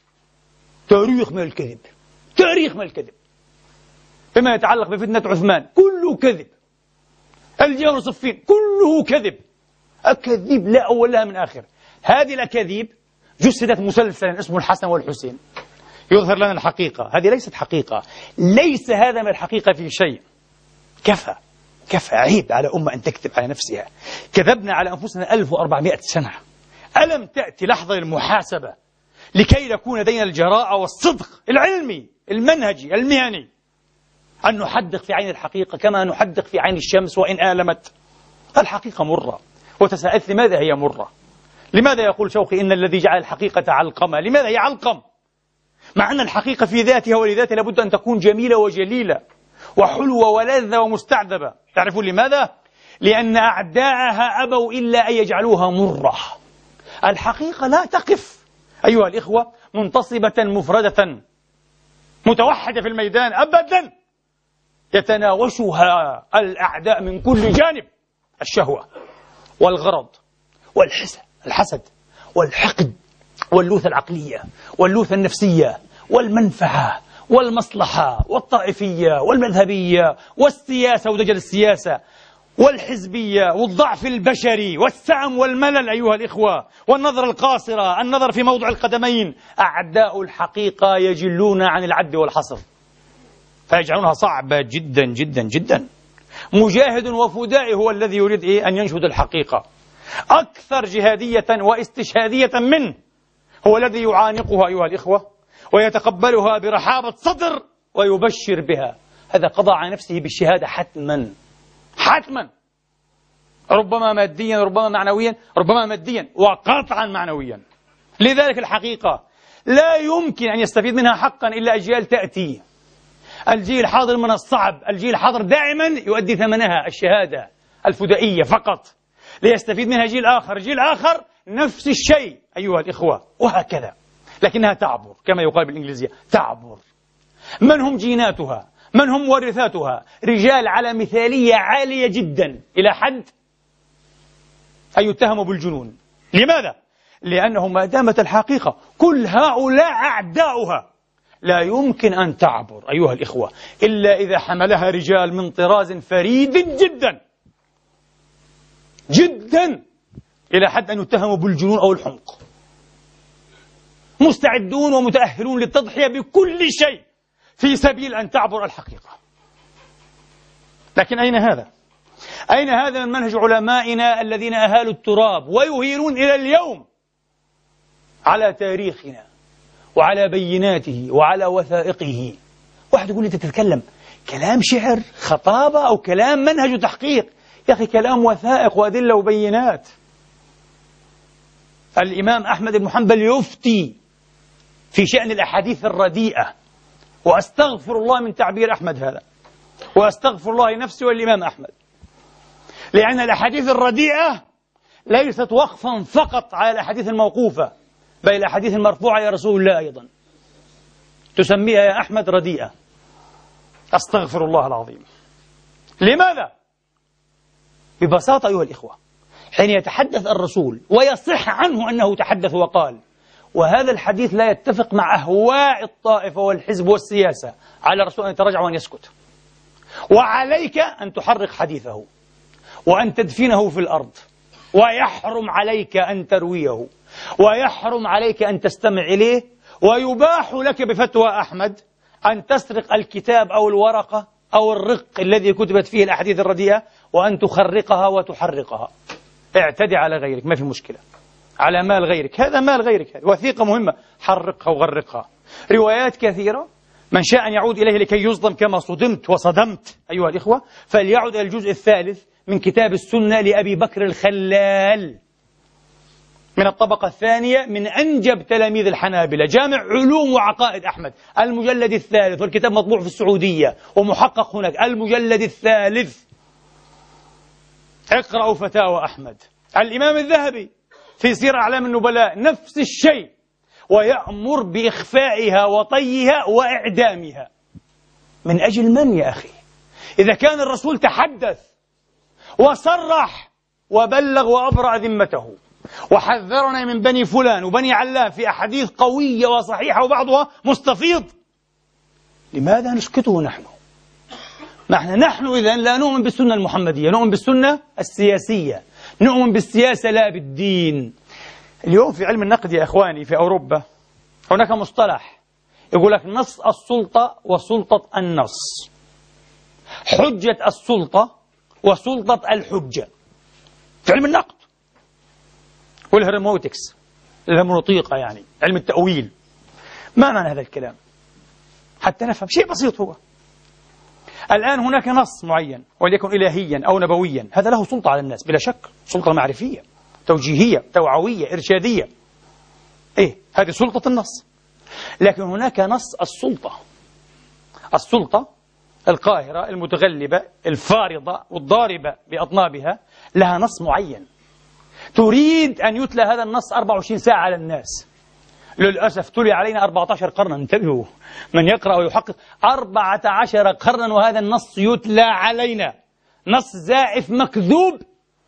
تاريخ من الكذب، تاريخ من الكذب. فيما يتعلق بفتنة عثمان كله كذب، الجمل صفين كله كذب، أكاذيب لا أول لها من آخر. هذه الأكاذيب جسدت مسلسلا اسمه الحسن والحسين يظهر لنا الحقيقة. هذه ليست حقيقة، ليس هذا من الحقيقة في شيء. كفى كفى، عيب على أمة أن تكذب على نفسها. كذبنا على أنفسنا 1400 سنة. ألم تأتي لحظة المحاسبة لكي نكون لدينا الجراءة والصدق العلمي المنهجي المهني أن نحدق في عين الحقيقة كما نحدق في عين الشمس وإن آلمت؟ الحقيقة مرة. وتساءلت لماذا هي مرة؟ لماذا يقول شوقي إن الذي جعل الحقيقة علقمة؟ لماذا هي علقم؟ مع أن الحقيقة في ذاتها ولذاتها لابد أن تكون جميلة وجليلة وحلوة ولذة ومستعذبة. تعرفون لماذا؟ لأن أعداءها أبوا إلا أن يجعلوها مرة. الحقيقة لا تقف أيها الإخوة منتصبة مفردة متوحدة في الميدان أبدا، يتناوشها الأعداء من كل جانب، الشهوة والغرض والحسد والحقد واللوثة العقلية واللوثة النفسية والمنفعة والمصلحة والطائفية والمذهبية والسياسة ودجل السياسة والحزبية والضعف البشري والسعم والملل أيها الإخوة والنظر القاصرة، النظر في موضع القدمين. أعداء الحقيقة يجلون عن العد والحصر فيجعلونها صعبة جدا جدا جدا. مجاهد وفدائي هو الذي يريد أن ينشد الحقيقة. أكثر جهادية واستشهادية منه هو الذي يعانقها أيها الإخوة ويتقبلها برحابة صدر ويبشر بها. هذا قضى على نفسه بالشهادة حتما حتما، ربما ماديا ربما معنويا، ربما ماديا وقطعا معنويا. لذلك الحقيقة لا يمكن أن يستفيد منها حقا إلا أجيال تأتي. الجيل الحاضر من الصعب، الجيل الحاضر دائما يؤدي ثمنها الشهادة الفدائية فقط، ليستفيد منها جيل آخر، جيل آخر نفس الشيء أيها الإخوة، وهكذا. لكنها تعبر كما يقال بالإنجليزية، تعبر. من هم جيناتها؟ من هم ورثاتها؟ رجال على مثالية عالية جدا إلى حد أن يتهموا بالجنون. لماذا؟ لأنه ما دامت الحقيقة كل هؤلاء أعداؤها لا يمكن أن تعبر أيها الإخوة إلا إذا حملها رجال من طراز فريد جدا جدا إلى حد أن يتهموا بالجنون أو الحمق، مستعدون ومتأهلون للتضحية بكل شيء في سبيل أن تعبر الحقيقة. لكن أين هذا؟ أين هذا من منهج علمائنا الذين أهالوا التراب ويهينون إلى اليوم على تاريخنا وعلى بيناته وعلى وثائقه؟ واحد يقول لي أنت تتكلم كلام شعر خطابة أو كلام منهج تحقيق؟ يا أخي كلام وثائق وأدلة وبينات. الإمام أحمد بن حنبل يفتي في شأن الأحاديث الرديئة، وأستغفر الله من تعبير أحمد هذا، وأستغفر الله لنفسي والإمام أحمد، لأن الأحاديث الرديئة ليست وقفا فقط على الأحاديث الموقوفة، بل الأحاديث المرفوعة إلى رسول الله أيضا تسميها يا أحمد رديئة. أستغفر الله العظيم. لماذا؟ ببساطة أيها الإخوة، حين يتحدث الرسول ويصح عنه أنه تحدث وقال، وهذا الحديث لا يتفق مع أهواء الطائفة والحزب والسياسة، على الرسول أن يتراجع وأن يسكت، وعليك أن تحرق حديثه وأن تدفنه في الأرض، ويحرم عليك أن ترويه، ويحرم عليك أن تستمع إليه، ويباح لك بفتوى أحمد أن تسرق الكتاب أو الورقة أو الرق الذي كتبت فيه الأحاديث الرديئة وأن تخرقها وتحرقها. اعتدي على غيرك، ما في مشكلة، على مال غيرك، هذا مال غيرك، هذه وثيقة مهمة، حرقها وغرقها. روايات كثيرة، من شاء أن يعود إليه لكي يصدم كما صدمت وصدمت أيها الإخوة، فليعد إلى الجزء الثالث من كتاب السنة لأبي بكر الخلال، من الطبقة الثانية، من أنجب تلاميذ الحنابلة، جامع علوم وعقائد أحمد، المجلد الثالث، والكتاب مطبوع في السعودية ومحقق هناك، المجلد الثالث. اقرأوا فتاوى أحمد. الإمام الذهبي في سير أعلام النبلاء نفس الشيء، ويأمر بإخفائها وطيها وإعدامها. من أجل من يا أخي؟ إذا كان الرسول تحدث وصرح وبلغ وأبرأ ذمته وحذرنا من بني فلان وبني علان في أحاديث قوية وصحيحة وبعضها مستفيض، لماذا نسكته نحن؟ نحن إذن لا نؤمن بالسنة المحمدية، نؤمن بالسنة السياسية، نؤمن بالسياسة لا بالدين. اليوم في علم النقد يا إخواني في أوروبا هناك مصطلح يقول لك نص السلطة وسلطة النص، حجة السلطة وسلطة الحجة في علم النقد والهرموتكس، الهرمونوطيقة يعني علم التأويل. ما معنى هذا الكلام؟ حتى نفهم شيء بسيط. هو الآن هناك نص معين وليكن إلهيا أو نبويا، هذا له سلطة على الناس بلا شك، سلطة معرفية توجيهية توعوية إرشادية، هذه سلطة النص. لكن هناك نص السلطة، السلطة القاهرة المتغلبة الفارضة والضاربة بأطنابها لها نص معين، تريد أن يتلى هذا النص 24 ساعة على الناس. للأسف تلي علينا 14 قرنا، انتبهوا من يقرأ ويحقق، 14 قرنا وهذا النص يتلى علينا، نص زائف مكذوب.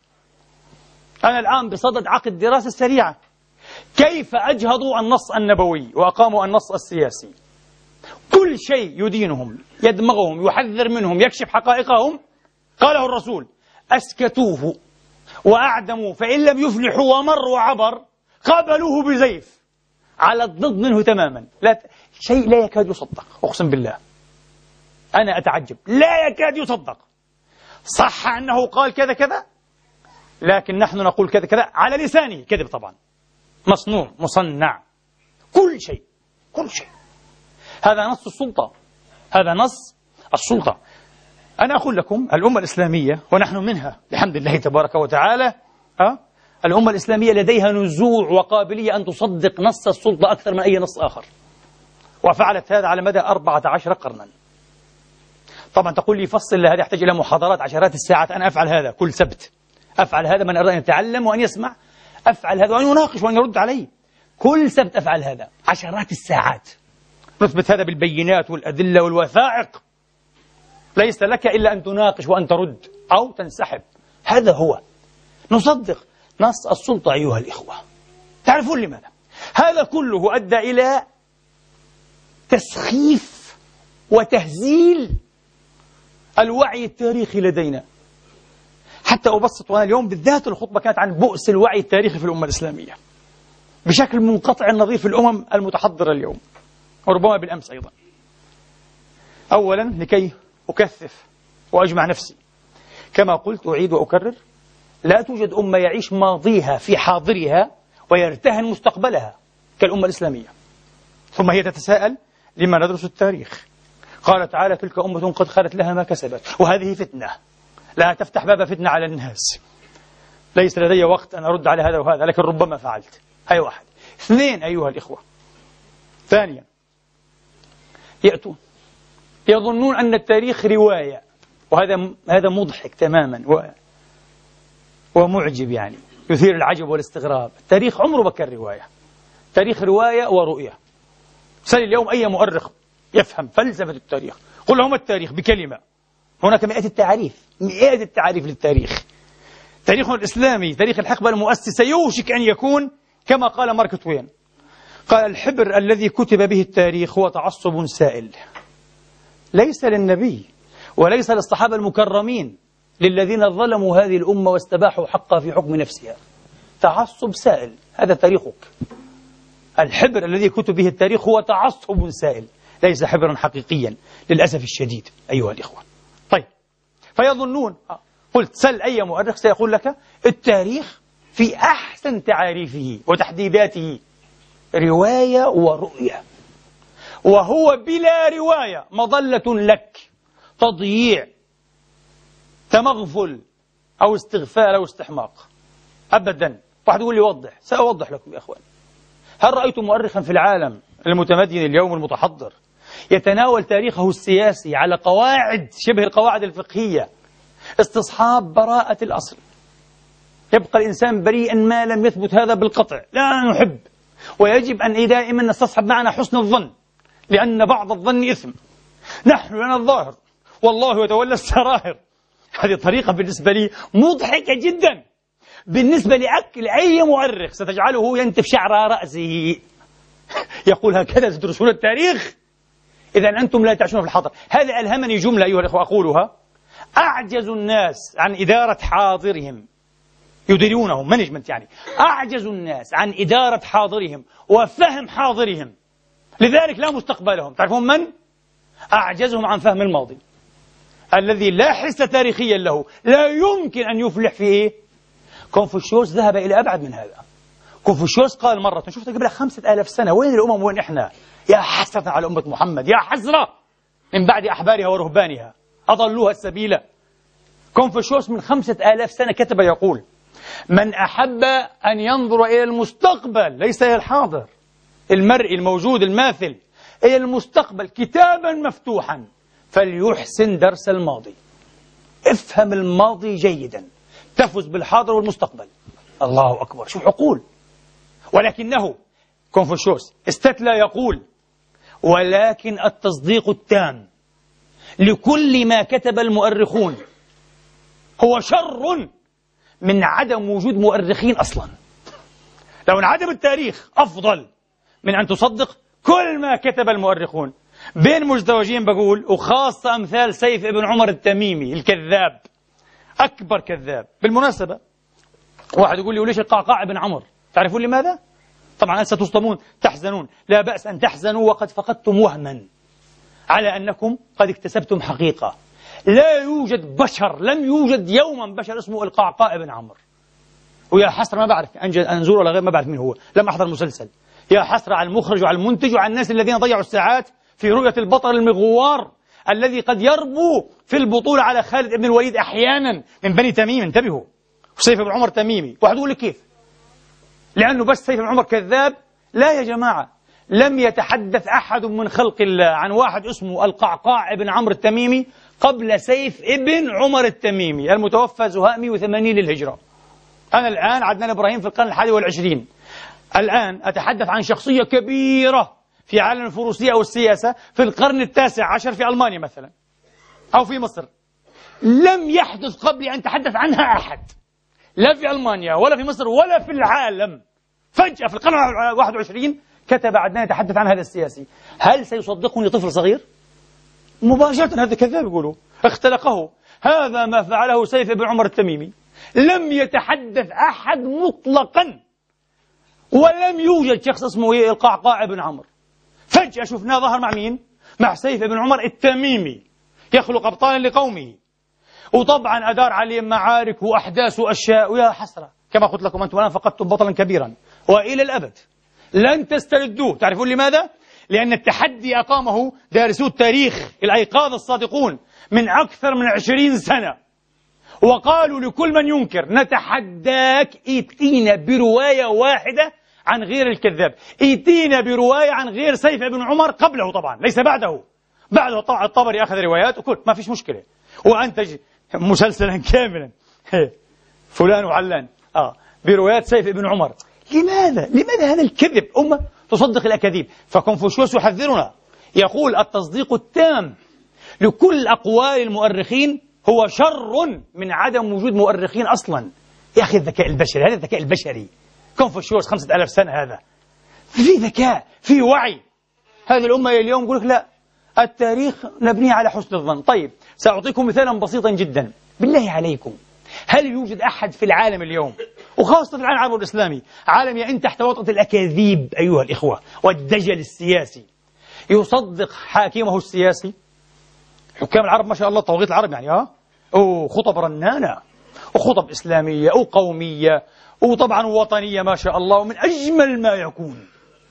أنا الآن بصدد عقد دراسة سريعة كيف أجهضوا النص النبوي وأقاموا النص السياسي، كل شيء يدينهم يدمغهم يحذر منهم يكشف حقائقهم قاله الرسول، أسكتوه وأعدموا، فإن لم يفلحوا ومر وعبر قابلوه بزيف على الضد منه تماما. شيء لا يكاد يصدق، أقسم بالله أنا أتعجب، لا يكاد يصدق. صح أنه قال كذا كذا، لكن نحن نقول كذا كذا على لسانه، كذب طبعا، مصنوع مصنع، كل شيء كل شيء. هذا نص السلطة، هذا نص السلطة. أنا أقول لكم الأمة الإسلامية ونحن منها بحمد الله تبارك وتعالى، الأمة الإسلامية لديها نزوع وقابلية أن تصدق نص السلطة أكثر من أي نص آخر، وفعلت هذا على مدى 14 قرنا. طبعا تقول لي فصل، هذا يحتاج إلى محاضرات عشرات الساعات. أنا أفعل هذا كل سبت، أفعل هذا، من أراد أن يتعلم وأن يسمع أفعل هذا، وأن يناقش وأن يرد علي. كل سبت أفعل هذا عشرات الساعات، نثبت هذا بالبينات والأدلة والوثائق. ليس لك إلا أن تناقش وأن ترد أو تنسحب، هذا هو. نصدق نص السلطة أيها الإخوة. تعرفون لماذا؟ هذا كله أدى إلى تسخيف وتهزيل الوعي التاريخي لدينا، حتى أبسط، وأنا اليوم بالذات الخطبة كانت عن بؤس الوعي التاريخي في الأمة الإسلامية بشكل منقطع النظير في الأمم المتحضرة اليوم، وربما بالأمس أيضا. أولا لكي أكثف وأجمع نفسي، كما قلت أعيد وأكرر، لا توجد أمة يعيش ماضيها في حاضرها ويرتهن مستقبلها كالأمة الإسلامية. ثم هي تتساءل: لما ندرس التاريخ؟ قال تعالى: تلك أمة قد خلت لها ما كسبت، وهذه فتنة لا تفتح باب فتنة على الناس. ليس لدي وقت أن أرد على هذا وهذا، لكن ربما فعلت. هاي واحد. اثنين أيها الإخوة، ثانيا يأتون يظنون أن التاريخ رواية، وهذا مضحك تماما ومعجب، يعني يثير العجب والاستغراب. التاريخ عمره ما كان رواية، تاريخ رواية ورؤية. سأل اليوم أي مؤرخ يفهم فلسفة التاريخ، قل لهم التاريخ بكلمة. هناك مئات التعاريف للتاريخ. تاريخنا الإسلامي، تاريخ الحقبة المؤسسة، يوشك أن يكون كما قال مارك توين، قال: الحبر الذي كتب به التاريخ هو تعصب سائل، ليس للنبي وليس للصحابة المكرمين، للذين ظلموا هذه الأمة واستباحوا حقها في حكم نفسها. تعصب سائل، هذا تاريخك. الحبر الذي كتب به التاريخ هو تعصب سائل، ليس حبرا حقيقيا للأسف الشديد أيها الإخوة. طيب، فيظنون، قلت سل أي مؤرخ سيقول لك التاريخ في أحسن تعاريفه وتحديداته رواية ورؤية، وهو بلا رواية مظلة لك، تضييع، تمغفل أو استغفال أو استحماق. أبدا. واحد يقول لي وضح، سأوضح لكم يا أخوان. هل رأيت مؤرخا في العالم المتمدن اليوم المتحضر يتناول تاريخه السياسي على قواعد شبه القواعد الفقهية، استصحاب براءة الأصل، يبقى الإنسان بريئا ما لم يثبت هذا بالقطع، لا نحب، ويجب أن دائما نستصحب معنا حسن الظن، لأن بعض الظن إثم، نحن لنا الظاهر والله يتولى السرائر. هذه طريقة بالنسبة لي مضحكة جدا، بالنسبة لأي مؤرخ ستجعله ينتف شعر رأسه، يقول: هكذا تدرسون التاريخ؟ إذا أنتم لا تعيشون في الحاضر. هذا ألهمني جملة أيها الأخوة أقولها: أعجز الناس عن إدارة حاضرهم، يديرونهم مانجمنت، يعني أعجز الناس عن إدارة حاضرهم وفهم حاضرهم، لذلك لا مستقبلهم. تعرفون من؟ أعجزهم عن فهم الماضي، الذي لا حس تاريخيا له، لا يمكن أن يفلح فيه. كونفوشيوس ذهب إلى أبعد من هذا. كونفوشيوس قال مرة، شفت قبل 5000 سنة، وين الأمم وين إحنا؟ يا حسرة على أمة محمد، يا حسرة من بعد أحبارها ورهبانها أضلوها السبيل. كونفوشيوس من 5000 سنة كتب يقول: من أحب أن ينظر إلى المستقبل ليس إلى الحاضر، المرئي الموجود الماثل، إلى المستقبل كتابا مفتوحا، فليحسن درس الماضي. افهم الماضي جيدا تفز بالحاضر والمستقبل. الله أكبر، شو عقول! ولكنه كونفوشيوس استتلى يقول: ولكن التصديق التام لكل ما كتب المؤرخون هو شر من عدم وجود مؤرخين أصلا. لو انعدم التاريخ أفضل من أن تصدق كل ما كتب المؤرخون. بين مزدوجين بقول، وخاصة أمثال سيف ابن عمر التميمي الكذاب، أكبر كذاب. بالمناسبة واحد يقول لي: وليش القعقاع بن عمرو؟ تعرفون لماذا؟ طبعا ستصدمون، تحزنون، لا بأس أن تحزنوا وقد فقدتم وهما على أنكم قد اكتسبتم حقيقة. لا يوجد بشر، لم يوجد يوما بشر اسمه القعقاع بن عمرو. ويا حسرة، ما بعرف أنزور ولا غير، ما بعرف من هو، لم أحضر مسلسل. يا حسرة على المخرج وعلى المنتج وعلى الناس الذين ضيعوا الساعات في رؤية البطل المغوار الذي قد يربو في البطولة على خالد بن الوليد أحيانا من بني تميم. انتبهوا، وسيف بن عمر تميمي. واحد يقول لك كيف؟ لأنه بس سيف بن عمر كذاب؟ لا يا جماعة، لم يتحدث أحد من خلق الله عن واحد اسمه القعقاع بن عمرو التميمي قبل سيف ابن عمر التميمي المتوفى زهاء 180 للهجرة. أنا الآن عدنان إبراهيم في القرن 21، الآن أتحدث عن شخصية كبيرة في عالم الفروسية أو السياسة في القرن 19 في ألمانيا مثلا أو في مصر. لم يحدث قبل أن تحدث عنها أحد، لا في ألمانيا ولا في مصر ولا في العالم. فجأة في القرن 21 كتب عدنان يتحدث عن هذا السياسي. هل سيصدقني طفل صغير؟ مباشرة هذا كذاب، يقولوا اختلقه. هذا ما فعله سيف بن عمر التميمي. لم يتحدث أحد مطلقا، ولم يوجد شخص اسمه القعقاع بن عمرو. فجأة شفناه ظهر مع مين؟ مع سيف بن عمر التميمي يخلق أبطالا لقومه، وطبعا أدار عليهم معارك وأحداث وأشياء، ويا حسرة كما قلت لكم أنتم الآن فقدتم بطلا كبيرا وإلى الأبد لن تستردوه. تعرفون لماذا؟ لأن التحدي أقامه دارسو التاريخ الأيقاظ الصادقون من أكثر من 20 سنة، وقالوا لكل من ينكر: نتحداك، ائتينا برواية واحدة عن غير الكذاب، ائتينا برواية عن غير سيف بن عمر قبله، طبعا ليس بعده. بعده الطبري أخذ روايات وكل ما فيش مشكلة، وأنتج مسلسلا كاملا فلان وعلان بروايات سيف بن عمر. لماذا هذا الكذب؟ أمة تصدق الأكاذيب. فكونفوشيوس يحذرنا، يقول: التصديق التام لكل أقوال المؤرخين هو شر من عدم وجود مؤرخين أصلا. يا أخي الذكاء البشري، هذا الذكاء البشري. كونفوشيوس 5000 سنة، هذا في ذكاء، في وعي. هذه الأمة اليوم يقول لك لا، التاريخ نبنيه على حسن الظن. طيب سأعطيكم مثالا بسيطا جدا. بالله عليكم، هل يوجد أحد في العالم اليوم، وخاصة في العالم العربي الإسلامي، عالم يئن تحت وطأة الأكاذيب أيها الإخوة والدجل السياسي، يصدق حاكمه السياسي؟ حكام العرب ما شاء الله، طواغيت العرب يعني خطب رنانة وخطب إسلامية وقومية وطبعا وطنية ما شاء الله، ومن أجمل ما يكون.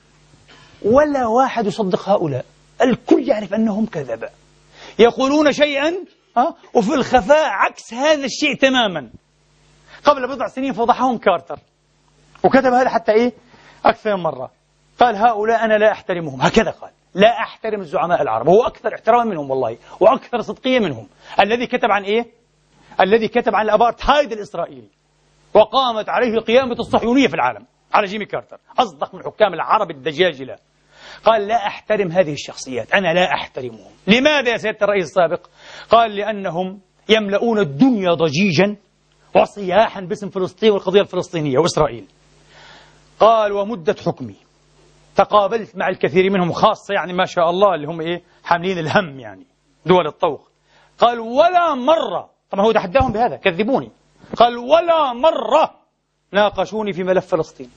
ولا واحد يصدق هؤلاء، الكل يعرف أنهم كذبة، يقولون شيئا وفي الخفاء عكس هذا الشيء تماما. قبل بضع سنين فضحهم كارتر، وكتب هذا حتى أكثر من مرة. قال: هؤلاء أنا لا أحترمهم، هكذا قال: لا أحترم الزعماء العرب. هو أكثر احتراما منهم والله، وأكثر صدقية منهم. الذي كتب عن الذي كتب عن الأبارتهايد الإسرائيلي، وقامت عليه قيامة الصهيونية في العالم، على جيمي كارتر، أصدق من حكام العرب الدجاجلة. قال: لا أحترم هذه الشخصيات، أنا لا أحترمهم. لماذا يا سيادة الرئيس السابق؟ قال: لأنهم يملؤون الدنيا ضجيجا وصياحا باسم فلسطين والقضية الفلسطينية وإسرائيل. قال: ومدة حكمي تقابلت مع الكثير منهم، خاصة يعني ما شاء الله اللي هم حاملين الهم، يعني دول الطوق. قال: ولا مرة، طبعا هو تحداهم بهذا، كذبوني. قال: ولا مرة ناقشوني في ملف فلسطين.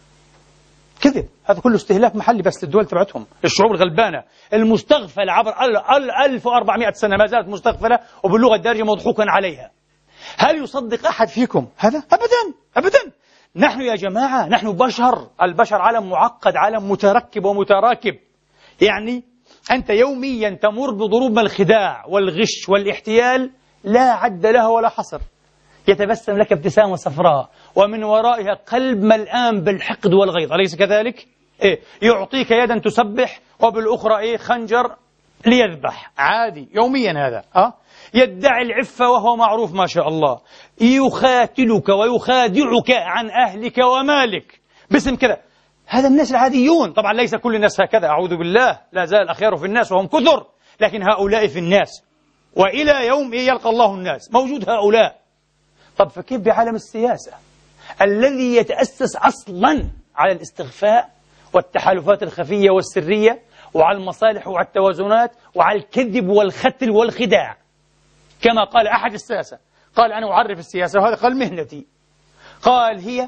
كذب، هذا كله استهلاك محلي بس للدول تبعتهم، الشعوب الغلبانة المستغفلة عبر 1400 سنة، ما زالت مستغفلة وباللغة الدارجة مضحوكا عليها. هل يصدق أحد فيكم هذا؟ أبدا أبدا. نحن يا جماعة، نحن بشر، البشر عالم معقد، عالم متركب ومتراكب. يعني أنت يوميا تمر بضروب من الخداع والغش والاحتيال لا عد لها ولا حصر. يتبسم لك ابتسامة صفراء ومن ورائها قلب ملآن بالحقد والغيظ، أليس كذلك؟ يعطيك يدا تسبح وبالأخرى خنجر ليذبح، عادي يوميا هذا. يدعي العفة وهو معروف ما شاء الله، يخاتلك ويخادعك عن أهلك ومالك باسم كذا. هذا الناس العاديون، طبعا ليس كل الناس هكذا، أعوذ بالله، لا زال الأخيار في الناس وهم كثر، لكن هؤلاء في الناس، وإلى يوم يلقى الله الناس موجود هؤلاء. طب فكيف بعالم السياسة الذي يتأسس أصلا على الاستخفاء والتحالفات الخفية والسرية وعلى المصالح وعلى التوازنات وعلى الكذب والختل والخداع؟ كما قال أحد الساسة، قال: أنا أعرف السياسة، وهذا قال مهنتي، قال: هي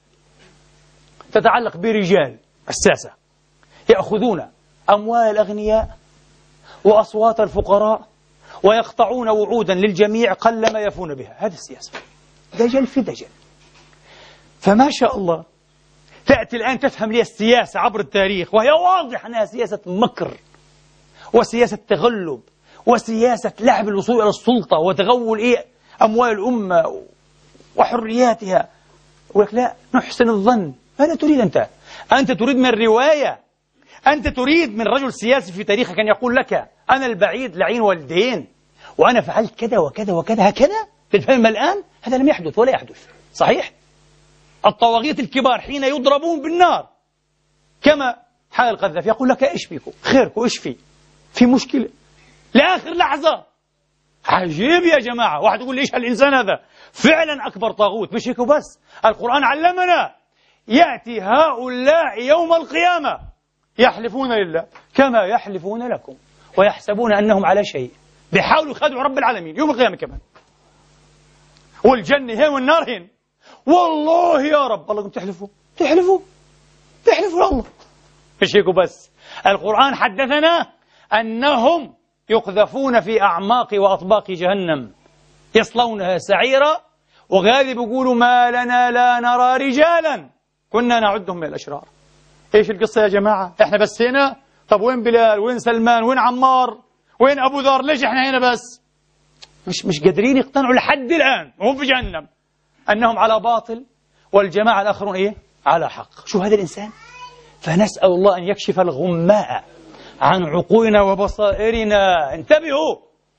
تتعلق برجال الساسة يأخذون أموال الأغنياء وأصوات الفقراء ويقطعون وعودا للجميع قلما يفون بها. هذه السياسة، دجل في دجل. فما شاء الله تأتي الآن تفهم لي السياسة عبر التاريخ، وهي واضح أنها سياسة مكر وسياسة تغلب وسياسة لعب الوصول إلى السلطة وتغول أموال الأمة وحرياتها. ولك لا، نحسن الظن. ماذا تريد أنت؟ أنت تريد من الرواية، أنت تريد من رجل سياسي في تاريخك أن يقول لك: أنا البعيد لعين والدين، وأنا فعلت كذا وكذا وكذا، هكذا تفهم الآن؟ هذا لم يحدث ولا يحدث، صحيح؟ الطواغيت الكبار حين يضربون بالنار كما حال القذافي يقول لك: إيش بيكم؟ خيركم، إيش في مشكلة لآخر لحظة. عجيب يا جماعة. واحد يقول لي: إيش هالإنسان هذا؟ فعلا أكبر طاغوت. مش هيك بس، القرآن علمنا: يأتي هؤلاء يوم القيامة يحلفون لله كما يحلفون لكم ويحسبون أنهم على شيء، بيحاولوا يخادعوا رب العالمين يوم القيامة كمان. والجنة هين والنار هين. والله يا رب، الله تحلفوا الله. مش هيك بس، القرآن حدثنا أنهم يقذفون في أعماق وأطباق جهنم يصلونها سعيرا، وغادي بيقولوا ما لنا لا نرى رجالا كنا نعدهم من الأشرار. إيش القصة يا جماعة؟ إحنا بس هنا؟ طب وين بلال؟ وين سلمان؟ وين عمار؟ وين أبو ذر؟ ليش إحنا هنا بس؟ مش قادرين يقتنعوا لحد الآن وهم في جهنم أنهم على باطل والجماعة الآخرون إيه؟ على حق. شو هذا الإنسان؟ فنسأل الله أن يكشف الغماء عن عقولنا وبصائرنا. انتبهوا،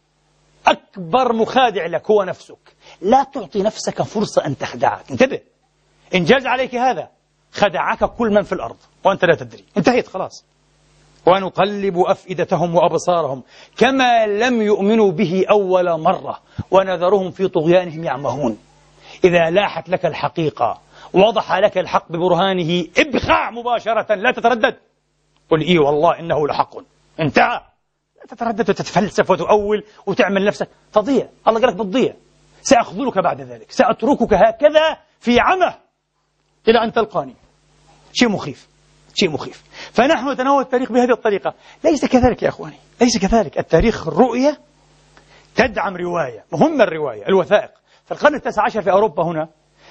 أكبر مخادع لك هو نفسك. لا تعطي نفسك فرصة أن تخدعك. انتبه، إن جاز عليك هذا خدعك كل من في الأرض وأنت لا تدري. انتهيت خلاص. ونقلب أفئدتهم وأبصارهم كما لم يؤمنوا به أول مرة ونذرهم في طغيانهم يعمهون. إذا لاحت لك الحقيقة ووضح لك الحق ببرهانه ابخع مباشرة، لا تتردد، قل إيه والله إنه لحق، انتهى. لا تتردد وتتفلسف وتؤول وتعمل نفسك تضيع. الله قال لك بتضيع. سأخذلك بعد ذلك، سأتركك هكذا في عمى إلى أن تلقاني. شيء مخيف. فنحن نتناول التاريخ بهذه الطريقة. ليس كذلك يا أخواني، ليس كذلك. التاريخ رؤية تدعم رواية مهمة. الرواية الوثائق. في القرن التاسع عشر في أوروبا هنا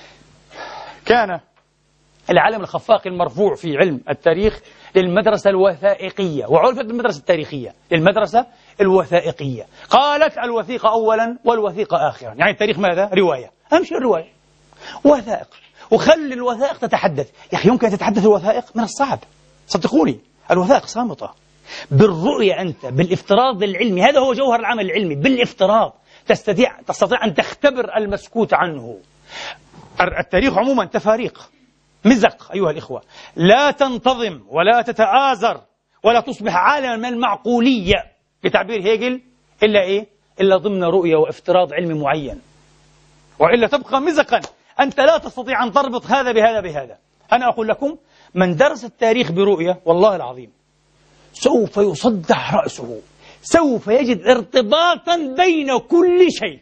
كان العلم الخفاق المرفوع في علم التاريخ للمدرسة الوثائقية، وعرفت بالمدرسة التاريخية للمدرسة الوثائقية. قالت الوثيقة أولا والوثيقة آخرا. يعني التاريخ ماذا؟ رواية. أمشي الرواية وثائق، وخلي الوثائق تتحدث. يا أخي يمكن تتحدث الوثائق؟ من الصعب، صدقوني. الوثائق صامتة. بالرؤية أنت، بالافتراض العلمي، هذا هو جوهر العمل العلمي. بالافتراض تستطيع أن تختبر المسكوت عنه. التاريخ عموما تفاريق، مزق أيها الإخوة، لا تنتظم ولا تتآزر ولا تصبح عالما من المعقولية بتعبير هيجل إلا إيه؟ إلا ضمن رؤية وافتراض علمي معين، وإلا تبقى مزقا. أنت لا تستطيع أن تربط هذا بهذا. أنا أقول لكم، من درس التاريخ برؤية والله العظيم سوف يصدع رأسه، سوف يجد ارتباطا بين كل شيء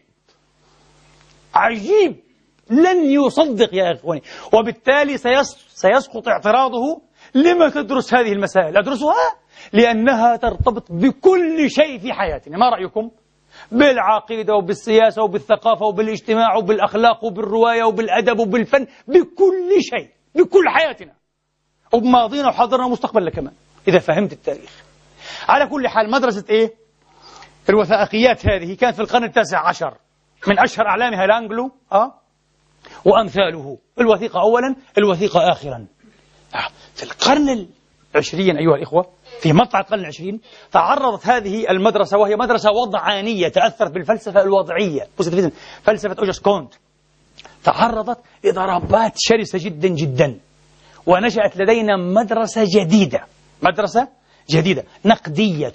عجيب لن يصدق يا إخواني. وبالتالي سيسقط اعتراضه: لما تدرس هذه المسائل؟ أدرسها لأنها ترتبط بكل شيء في حياتنا. ما رأيكم؟ بالعقيدة وبالسياسة وبالثقافة وبالاجتماع وبالأخلاق وبالرواية وبالأدب وبالفن، بكل شيء، بكل حياتنا، وبماضينا وحاضرنا ومستقبلنا كمان، إذا فهمت التاريخ. على كل حال، مدرسة إيه؟ الوثائقيات هذه كانت في القرن التاسع عشر، من أشهر أعلامها لانجلو وأمثاله. الوثيقة أولا، الوثيقة آخرا. في القرن العشرين أيها الإخوة، في مطلع القرن العشرين، تعرضت هذه المدرسة، وهي مدرسة وضعانية تأثرت بالفلسفة الوضعية، فلسفة أوجست كونت، تعرضت لضربات شرسة جدا جدا. ونشأت لدينا مدرسة جديدة نقدية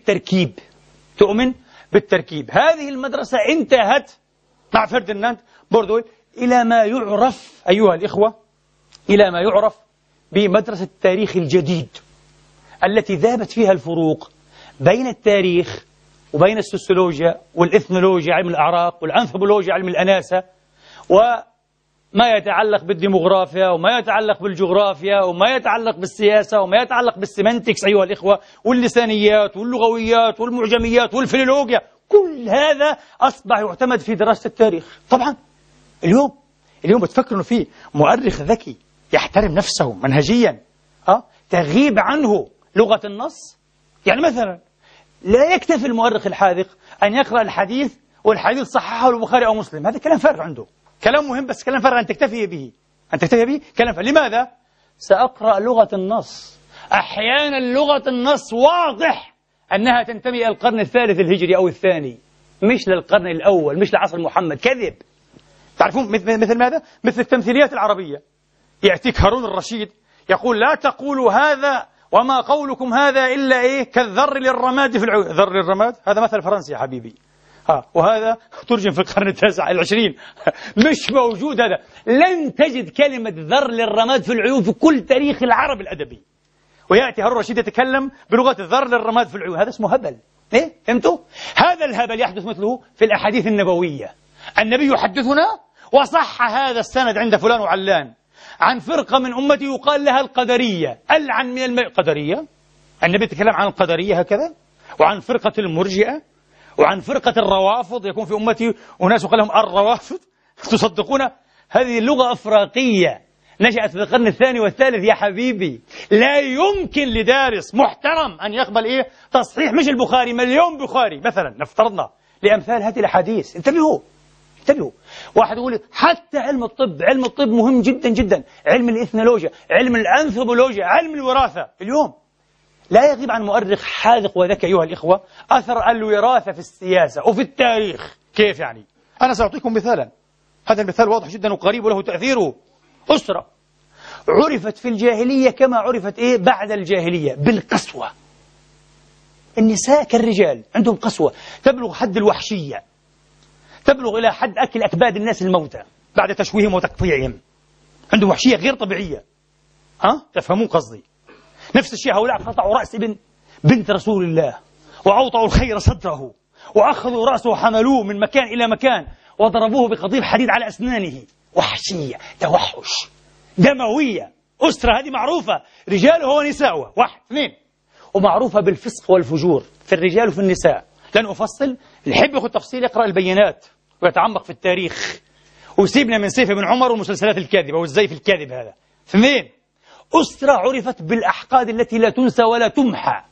تؤمن بالتركيب. هذه المدرسة انتهت مع فرديناند بوردوي إلى ما يعرف أيها الإخوة، إلى ما يعرف بمدرسة التاريخ الجديد، التي ذابت فيها الفروق بين التاريخ وبين السوسيولوجيا والإثنولوجيا علم الأعراق والأنثروبولوجيا علم الأناسة، وما يتعلق بالديموغرافيا وما يتعلق بالجغرافيا وما يتعلق بالسياسة وما يتعلق بالسيمانتكس أيها الإخوة، واللسانيات واللغويات والمعجميات والفيلولوجيا. كل هذا أصبح يعتمد في دراسة التاريخ. طبعا اليوم بتفكر أنه في مؤرخ ذكي يحترم نفسه منهجيا تغيب عنه لغة النص. يعني مثلا لا يكتفي المؤرخ الحاذق أن يقرأ الحديث والحديث صححه البخاري أو مسلم، هذا كلام فارغ عنده، كلام مهم بس كلام فارغ أن تكتفي به كلام فارغ. لماذا؟ سأقرأ لغة النص. أحيانا لغة النص واضح أنها تنتمي إلى القرن الثالث الهجري أو الثاني، مش للقرن الأول، مش لعصر محمد. كذب. تعرفون مثل ماذا؟ مثل التمثيليات العربية. يأتيك هارون الرشيد يقول: لا تقولوا هذا وما قولكم هذا إلا إيه كالذر للرماد في العيون. ذر للرماد هذا مثل فرنسي يا حبيبي، وهذا ترجم في القرن التاسع العشرين. مش موجود هذا. لن تجد كلمة ذر للرماد في العيون في كل تاريخ العرب الأدبي. ويأتي هارون الرشيد يتكلم بلغة الذر للرماد في العيون. هذا اسمه هبل. فهمتوا؟ هذا الهبل يحدث مثله في الأحاديث النبوية. النبي يحدثنا وصح هذا السند عند فلان وعلان عن فرقة من أمتي يقال لها القدرية، ألعن من قدرية. النبي يتكلم عن القدرية هكذا، وعن فرقة المرجئة، وعن فرقة الروافض، يكون في أمتي أناس يقال لهم الروافض. تصدقون هذه اللغة أفراقية نشأت في القرن الثاني والثالث يا حبيبي. لا يمكن لدارس محترم أن يقبل تصحيح مش البخاري، مليون بخاري مثلا نفترضنا لأمثال هذه الأحاديث. انتبهوا. واحد يقول حتى علم الطب مهم جدا جدا، علم الإثنولوجيا، علم الأنثروبولوجيا، علم الوراثة. اليوم لا يغيب عن مؤرخ حاذق وذكي أيها الإخوة أثر الوراثة في السياسة وفي التاريخ. كيف يعني؟ أنا سأعطيكم مثالا، هذا المثال واضح جدا وقريب وله تأثيره. أسرة عرفت في الجاهلية كما عرفت بعد الجاهلية، بالقسوة. النساء كالرجال عندهم قسوة تبلغ حد الوحشية، تبلغ إلى حد أكل أكباد الناس الموتى بعد تشويههم وتقطيعهم. عندهم وحشية غير طبيعية. تفهمون قصدي؟ نفس الشيء هؤلاء قطعوا رأس بنت رسول الله وأوطوا الخير صدره، وأخذوا رأسه وحملوه من مكان إلى مكان وضربوه بقضيب حديد على أسنانه. وحشية، توحش، دموية. أسرة هذه معروفة، رجاله ونساؤه، 1 2، ومعروفة بالفسق والفجور في الرجال وفي النساء. لن أفصل، اللي يحب ياخذ تفصيل يقرأ البينات ويتعمق في التاريخ، ويسيبنا من سيف ابن عمر والمسلسلات الكاذبة والزيف الكاذب هذا. 2، أسرة عرفت بالأحقاد التي لا تنسى ولا تمحى،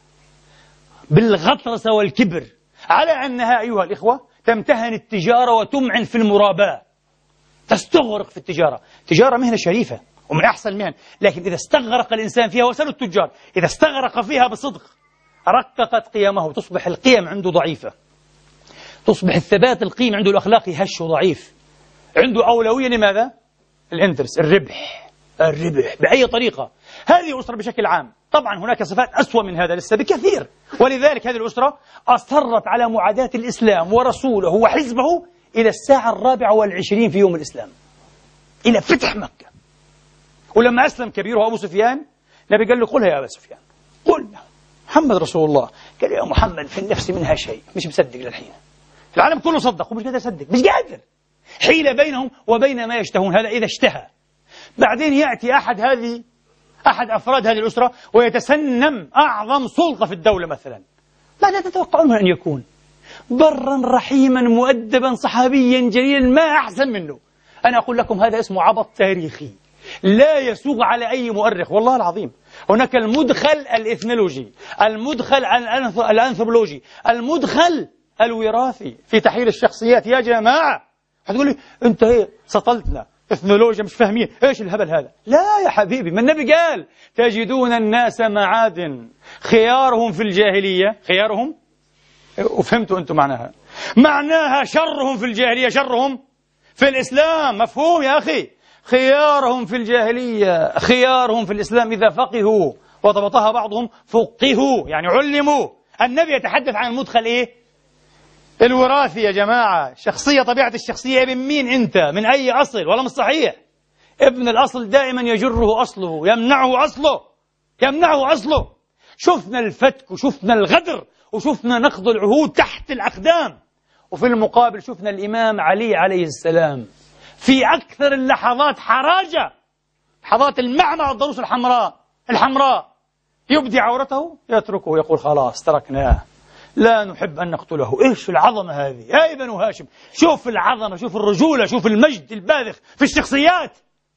بالغطرسة والكبر، على أنها أيها الإخوة تمتهن التجارة وتمعن في المراباة، تستغرق في التجارة. التجارة مهنة شريفة ومن أحسن المهن، لكن إذا استغرق الإنسان فيها، وسألوا التجار، إذا استغرق فيها بصدق رققت قيمه، تصبح القيم عنده ضعيفة، تصبح الثبات القيم عنده الأخلاقي هش وضعيف، عنده أولوية لماذا؟ الانترس، الربح بأي طريقة. هذه الأسرة بشكل عام. طبعا هناك صفات أسوأ من هذا لسه بكثير، ولذلك هذه الأسرة أصرت على معاداة الإسلام ورسوله وحزبه إلى الساعة 24 في يوم الإسلام، إلى فتح مكة. ولما أسلم كبيره أبو سفيان، النبي قال له قلها يا أبا سفيان، قل محمد رسول الله. قال يا محمد في النفس منها شيء، مش مصدق للحين. العالم كله صدق ومش قادر يصدق، مش قادر. حيلة بينهم وبين ما يشتهون، هذا إذا اشتهى. بعدين يأتي أحد أفراد هذه الأسرة ويتسنم أعظم سلطة في الدولة مثلا، ماذا تتوقعون أن يكون؟ برا رحيما مؤدبا صحابيا جليلا، ما أحسن منه. أنا أقول لكم هذا اسمه عبط تاريخي لا يسوغ على أي مؤرخ، والله العظيم. هناك المدخل الإثنولوجي، المدخل الأنثروبولوجي، المدخل الوراثي في تحليل الشخصيات. يا جماعة هتقول لي أنت سطلتنا إثنولوجيا مش فاهمين إيش الهبل هذا. لا يا حبيبي، ما النبي قال تجدون الناس معادن خيارهم في الجاهلية، خيارهم، وفهمتوا أنتم معناها شرهم في الجاهلية شرهم في الإسلام. مفهوم يا أخي؟ خيارهم في الجاهلية خيارهم في الإسلام إذا فقهوا، وضبطها بعضهم فقهوا يعني علموا. النبي يتحدث عن المدخل الوراثي يا جماعة. شخصية، طبيعة الشخصية، ابن مين أنت؟ من أي أصل؟ ولا مش صحيح. ابن الأصل دائما يجره أصله، يمنعه أصله. شفنا الفتك وشفنا الغدر وشفنا نقض العهود تحت الأقدام، وفي المقابل شفنا الإمام علي عليه السلام في أكثر اللحظات حراجة، لحظات المعمى والضروس الحمراء يبدي عورته، يتركه، يقول خلاص تركناه، لا نحب أن نقتله. إيش العظمة هذه يا ابن هاشم؟ شوف العظمة، شوف الرجولة، شوف المجد الباذخ في الشخصيات.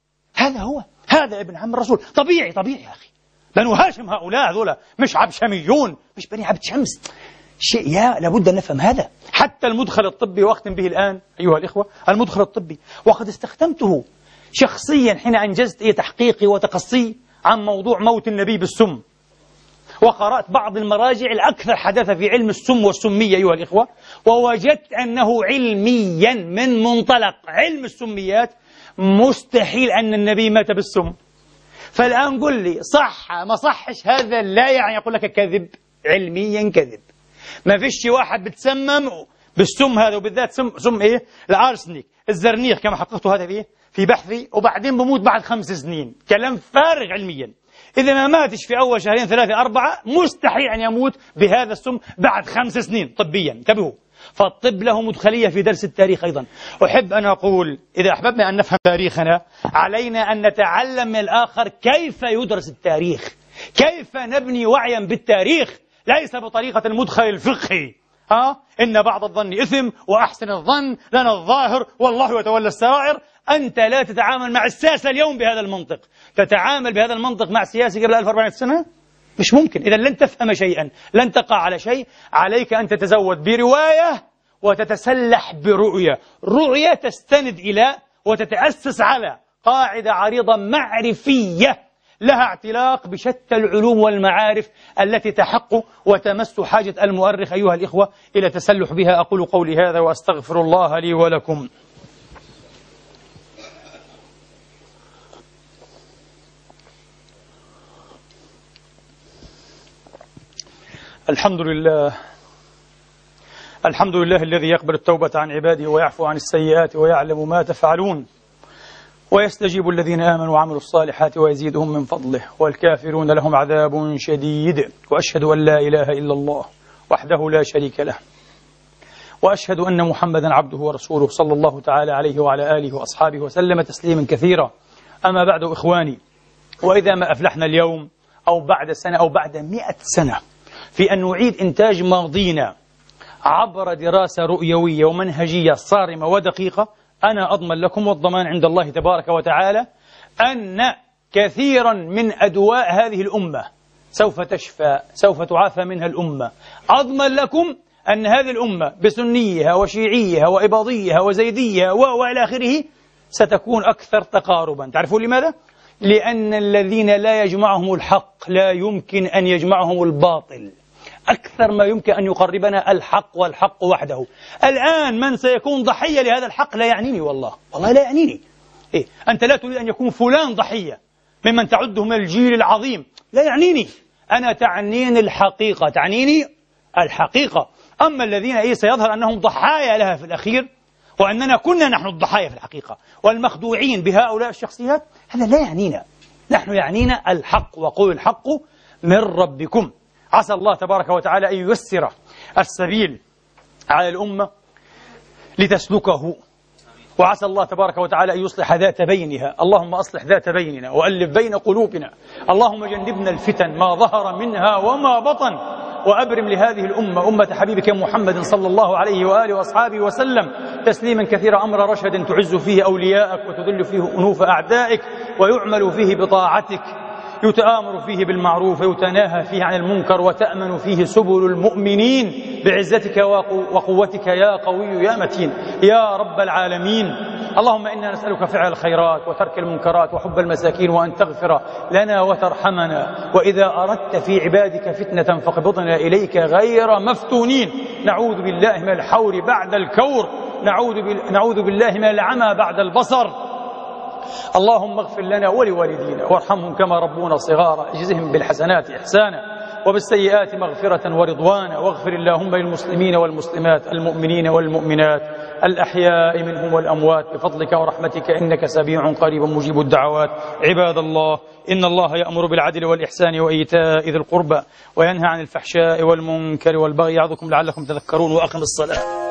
هذا ابن عم الرسول. طبيعي يا أخي. بنو هاشم هؤلاء مش عبشميون، مش بني عبد شمس. شيء لابد أن نفهم هذا. حتى المدخل الطبي، واختم به الآن أيها الإخوة، المدخل الطبي، وقد استخدمته شخصيا حين أنجزت تحقيقي وتقصي عن موضوع موت النبي بالسم، وقرأت بعض المراجع الأكثر حداثة في علم السم والسمية أيها الإخوة، ووجدت أنه علميا من منطلق علم السميات مستحيل أن النبي مات بالسم. فالآن قل لي صح ما صحش، هذا لا يعني يقول لك كذب، علميا كذب. ما فيش واحد بتسمم بالسم هذا، وبالذات سم الأرسنيك، الزرنيخ، كما حققته هذا في بحثي، وبعدين بموت بعد 5 سنين. كلام فارغ علميا. إذا ما ماتش في أول 2 3 4 مستحيل أن يموت بهذا السم بعد 5 سنين طبيا. انتبهوا. فالطب له مدخلية في درس التاريخ أيضا. أحب أن أقول إذا أحببنا أن نفهم تاريخنا علينا أن نتعلم من الآخر كيف يدرس التاريخ، كيف نبني وعيا بالتاريخ، ليس بطريقة المدخل الفقهي. إن بعض الظن إثم وأحسن الظن لنا الظاهر والله يتولى السرائر. أنت لا تتعامل مع الساسة اليوم بهذا المنطق، تتعامل بهذا المنطق مع سياسي قبل 1400 سنة؟ مش ممكن. إذا لن تفهم شيئا، لن تقع على شيء. عليك أن تتزود برواية وتتسلح برؤية، رؤية تستند إلى وتتأسس على قاعدة عريضة معرفية لها اعتلاق بشتى العلوم والمعارف التي تحق وتمس حاجة المؤرخ أيها الإخوة إلى تسلح بها. أقول قولي هذا وأستغفر الله لي ولكم. الحمد لله، الحمد لله الذي يقبل التوبة عن عباده ويعفو عن السيئات ويعلم ما تفعلون، ويستجيب الذين آمنوا وعملوا الصالحات ويزيدهم من فضله، والكافرون لهم عذاب شديد. وأشهد أن لا إله إلا الله وحده لا شريك له، وأشهد أن محمدا عبده ورسوله صلى الله تعالى عليه وعلى آله وأصحابه وسلم تسليما كثيرا. أما بعد إخواني، وإذا ما أفلحنا اليوم أو بعد سنة أو بعد 100 سنة في أن نعيد إنتاج ماضينا عبر دراسة رؤيوية ومنهجية صارمة ودقيقة، أنا أضمن لكم والضمان عند الله تبارك وتعالى أن كثيرا من أدواء هذه الأمة سوف تشفى، سوف تعافى منها الأمة. أضمن لكم أن هذه الأمة بسنيها وشيعيها وإباضيها وزيديها وإلى آخره ستكون أكثر تقاربا. تعرفون لماذا؟ لأن الذين لا يجمعهم الحق لا يمكن أن يجمعهم الباطل. أكثر ما يمكن أن يقربنا الحق والحق وحده. الآن من سيكون ضحية لهذا الحق لا يعنيني، والله لا يعنيني. أنت لا تريد أن يكون فلان ضحية ممن تعده من الجيل العظيم، لا يعنيني. أنا تعنيني الحقيقة، تعنيني الحقيقة. أما الذين سيظهر أنهم ضحايا لها في الأخير، وأننا كنا نحن الضحايا في الحقيقة والمخدوعين بهؤلاء الشخصيات، هذا لا يعنينا. نحن يعنينا الحق، وقول الحق من ربكم. عسى الله تبارك وتعالى أن ييسر السبيل على الأمة لتسلكه، وعسى الله تبارك وتعالى أن يصلح ذات بينها. اللهم أصلح ذات بيننا وألف بين قلوبنا. اللهم جنبنا الفتن ما ظهر منها وما بطن، وأبرم لهذه الأمة أمة حبيبك محمد صلى الله عليه وآله وأصحابه وسلم تسليما كثيرا، أمر رشد تعز فيه أولياءك وتذل فيه أنوف أعدائك، ويعمل فيه بطاعتك، يتآمر فيه بالمعروف ويتناهى فيه عن المنكر، وتأمن فيه سبل المؤمنين بعزتك وقوتك يا قوي يا متين يا رب العالمين. اللهم إنا نسألك فعل الخيرات وترك المنكرات وحب المساكين، وأن تغفر لنا وترحمنا، وإذا أردت في عبادك فتنة فاقبضنا إليك غير مفتونين. نعوذ بالله من الحور بعد الكور، نعوذ بالله من العمى بعد البصر. اللهم اغفر لنا ولوالدينا وارحمهم كما ربونا صغارا، اجزهم بالحسنات إحسانا وبالسيئات مغفرة ورضوانا، واغفر اللهم للمسلمين والمسلمات المؤمنين والمؤمنات الأحياء منهم والأموات بفضلك ورحمتك، إنك سميع قريب مجيب الدعوات. عباد الله، إن الله يأمر بالعدل والإحسان وإيتاء ذي القربى وينهى عن الفحشاء والمنكر والبغي، يعظكم لعلكم تذكرون. وأقم الصلاة.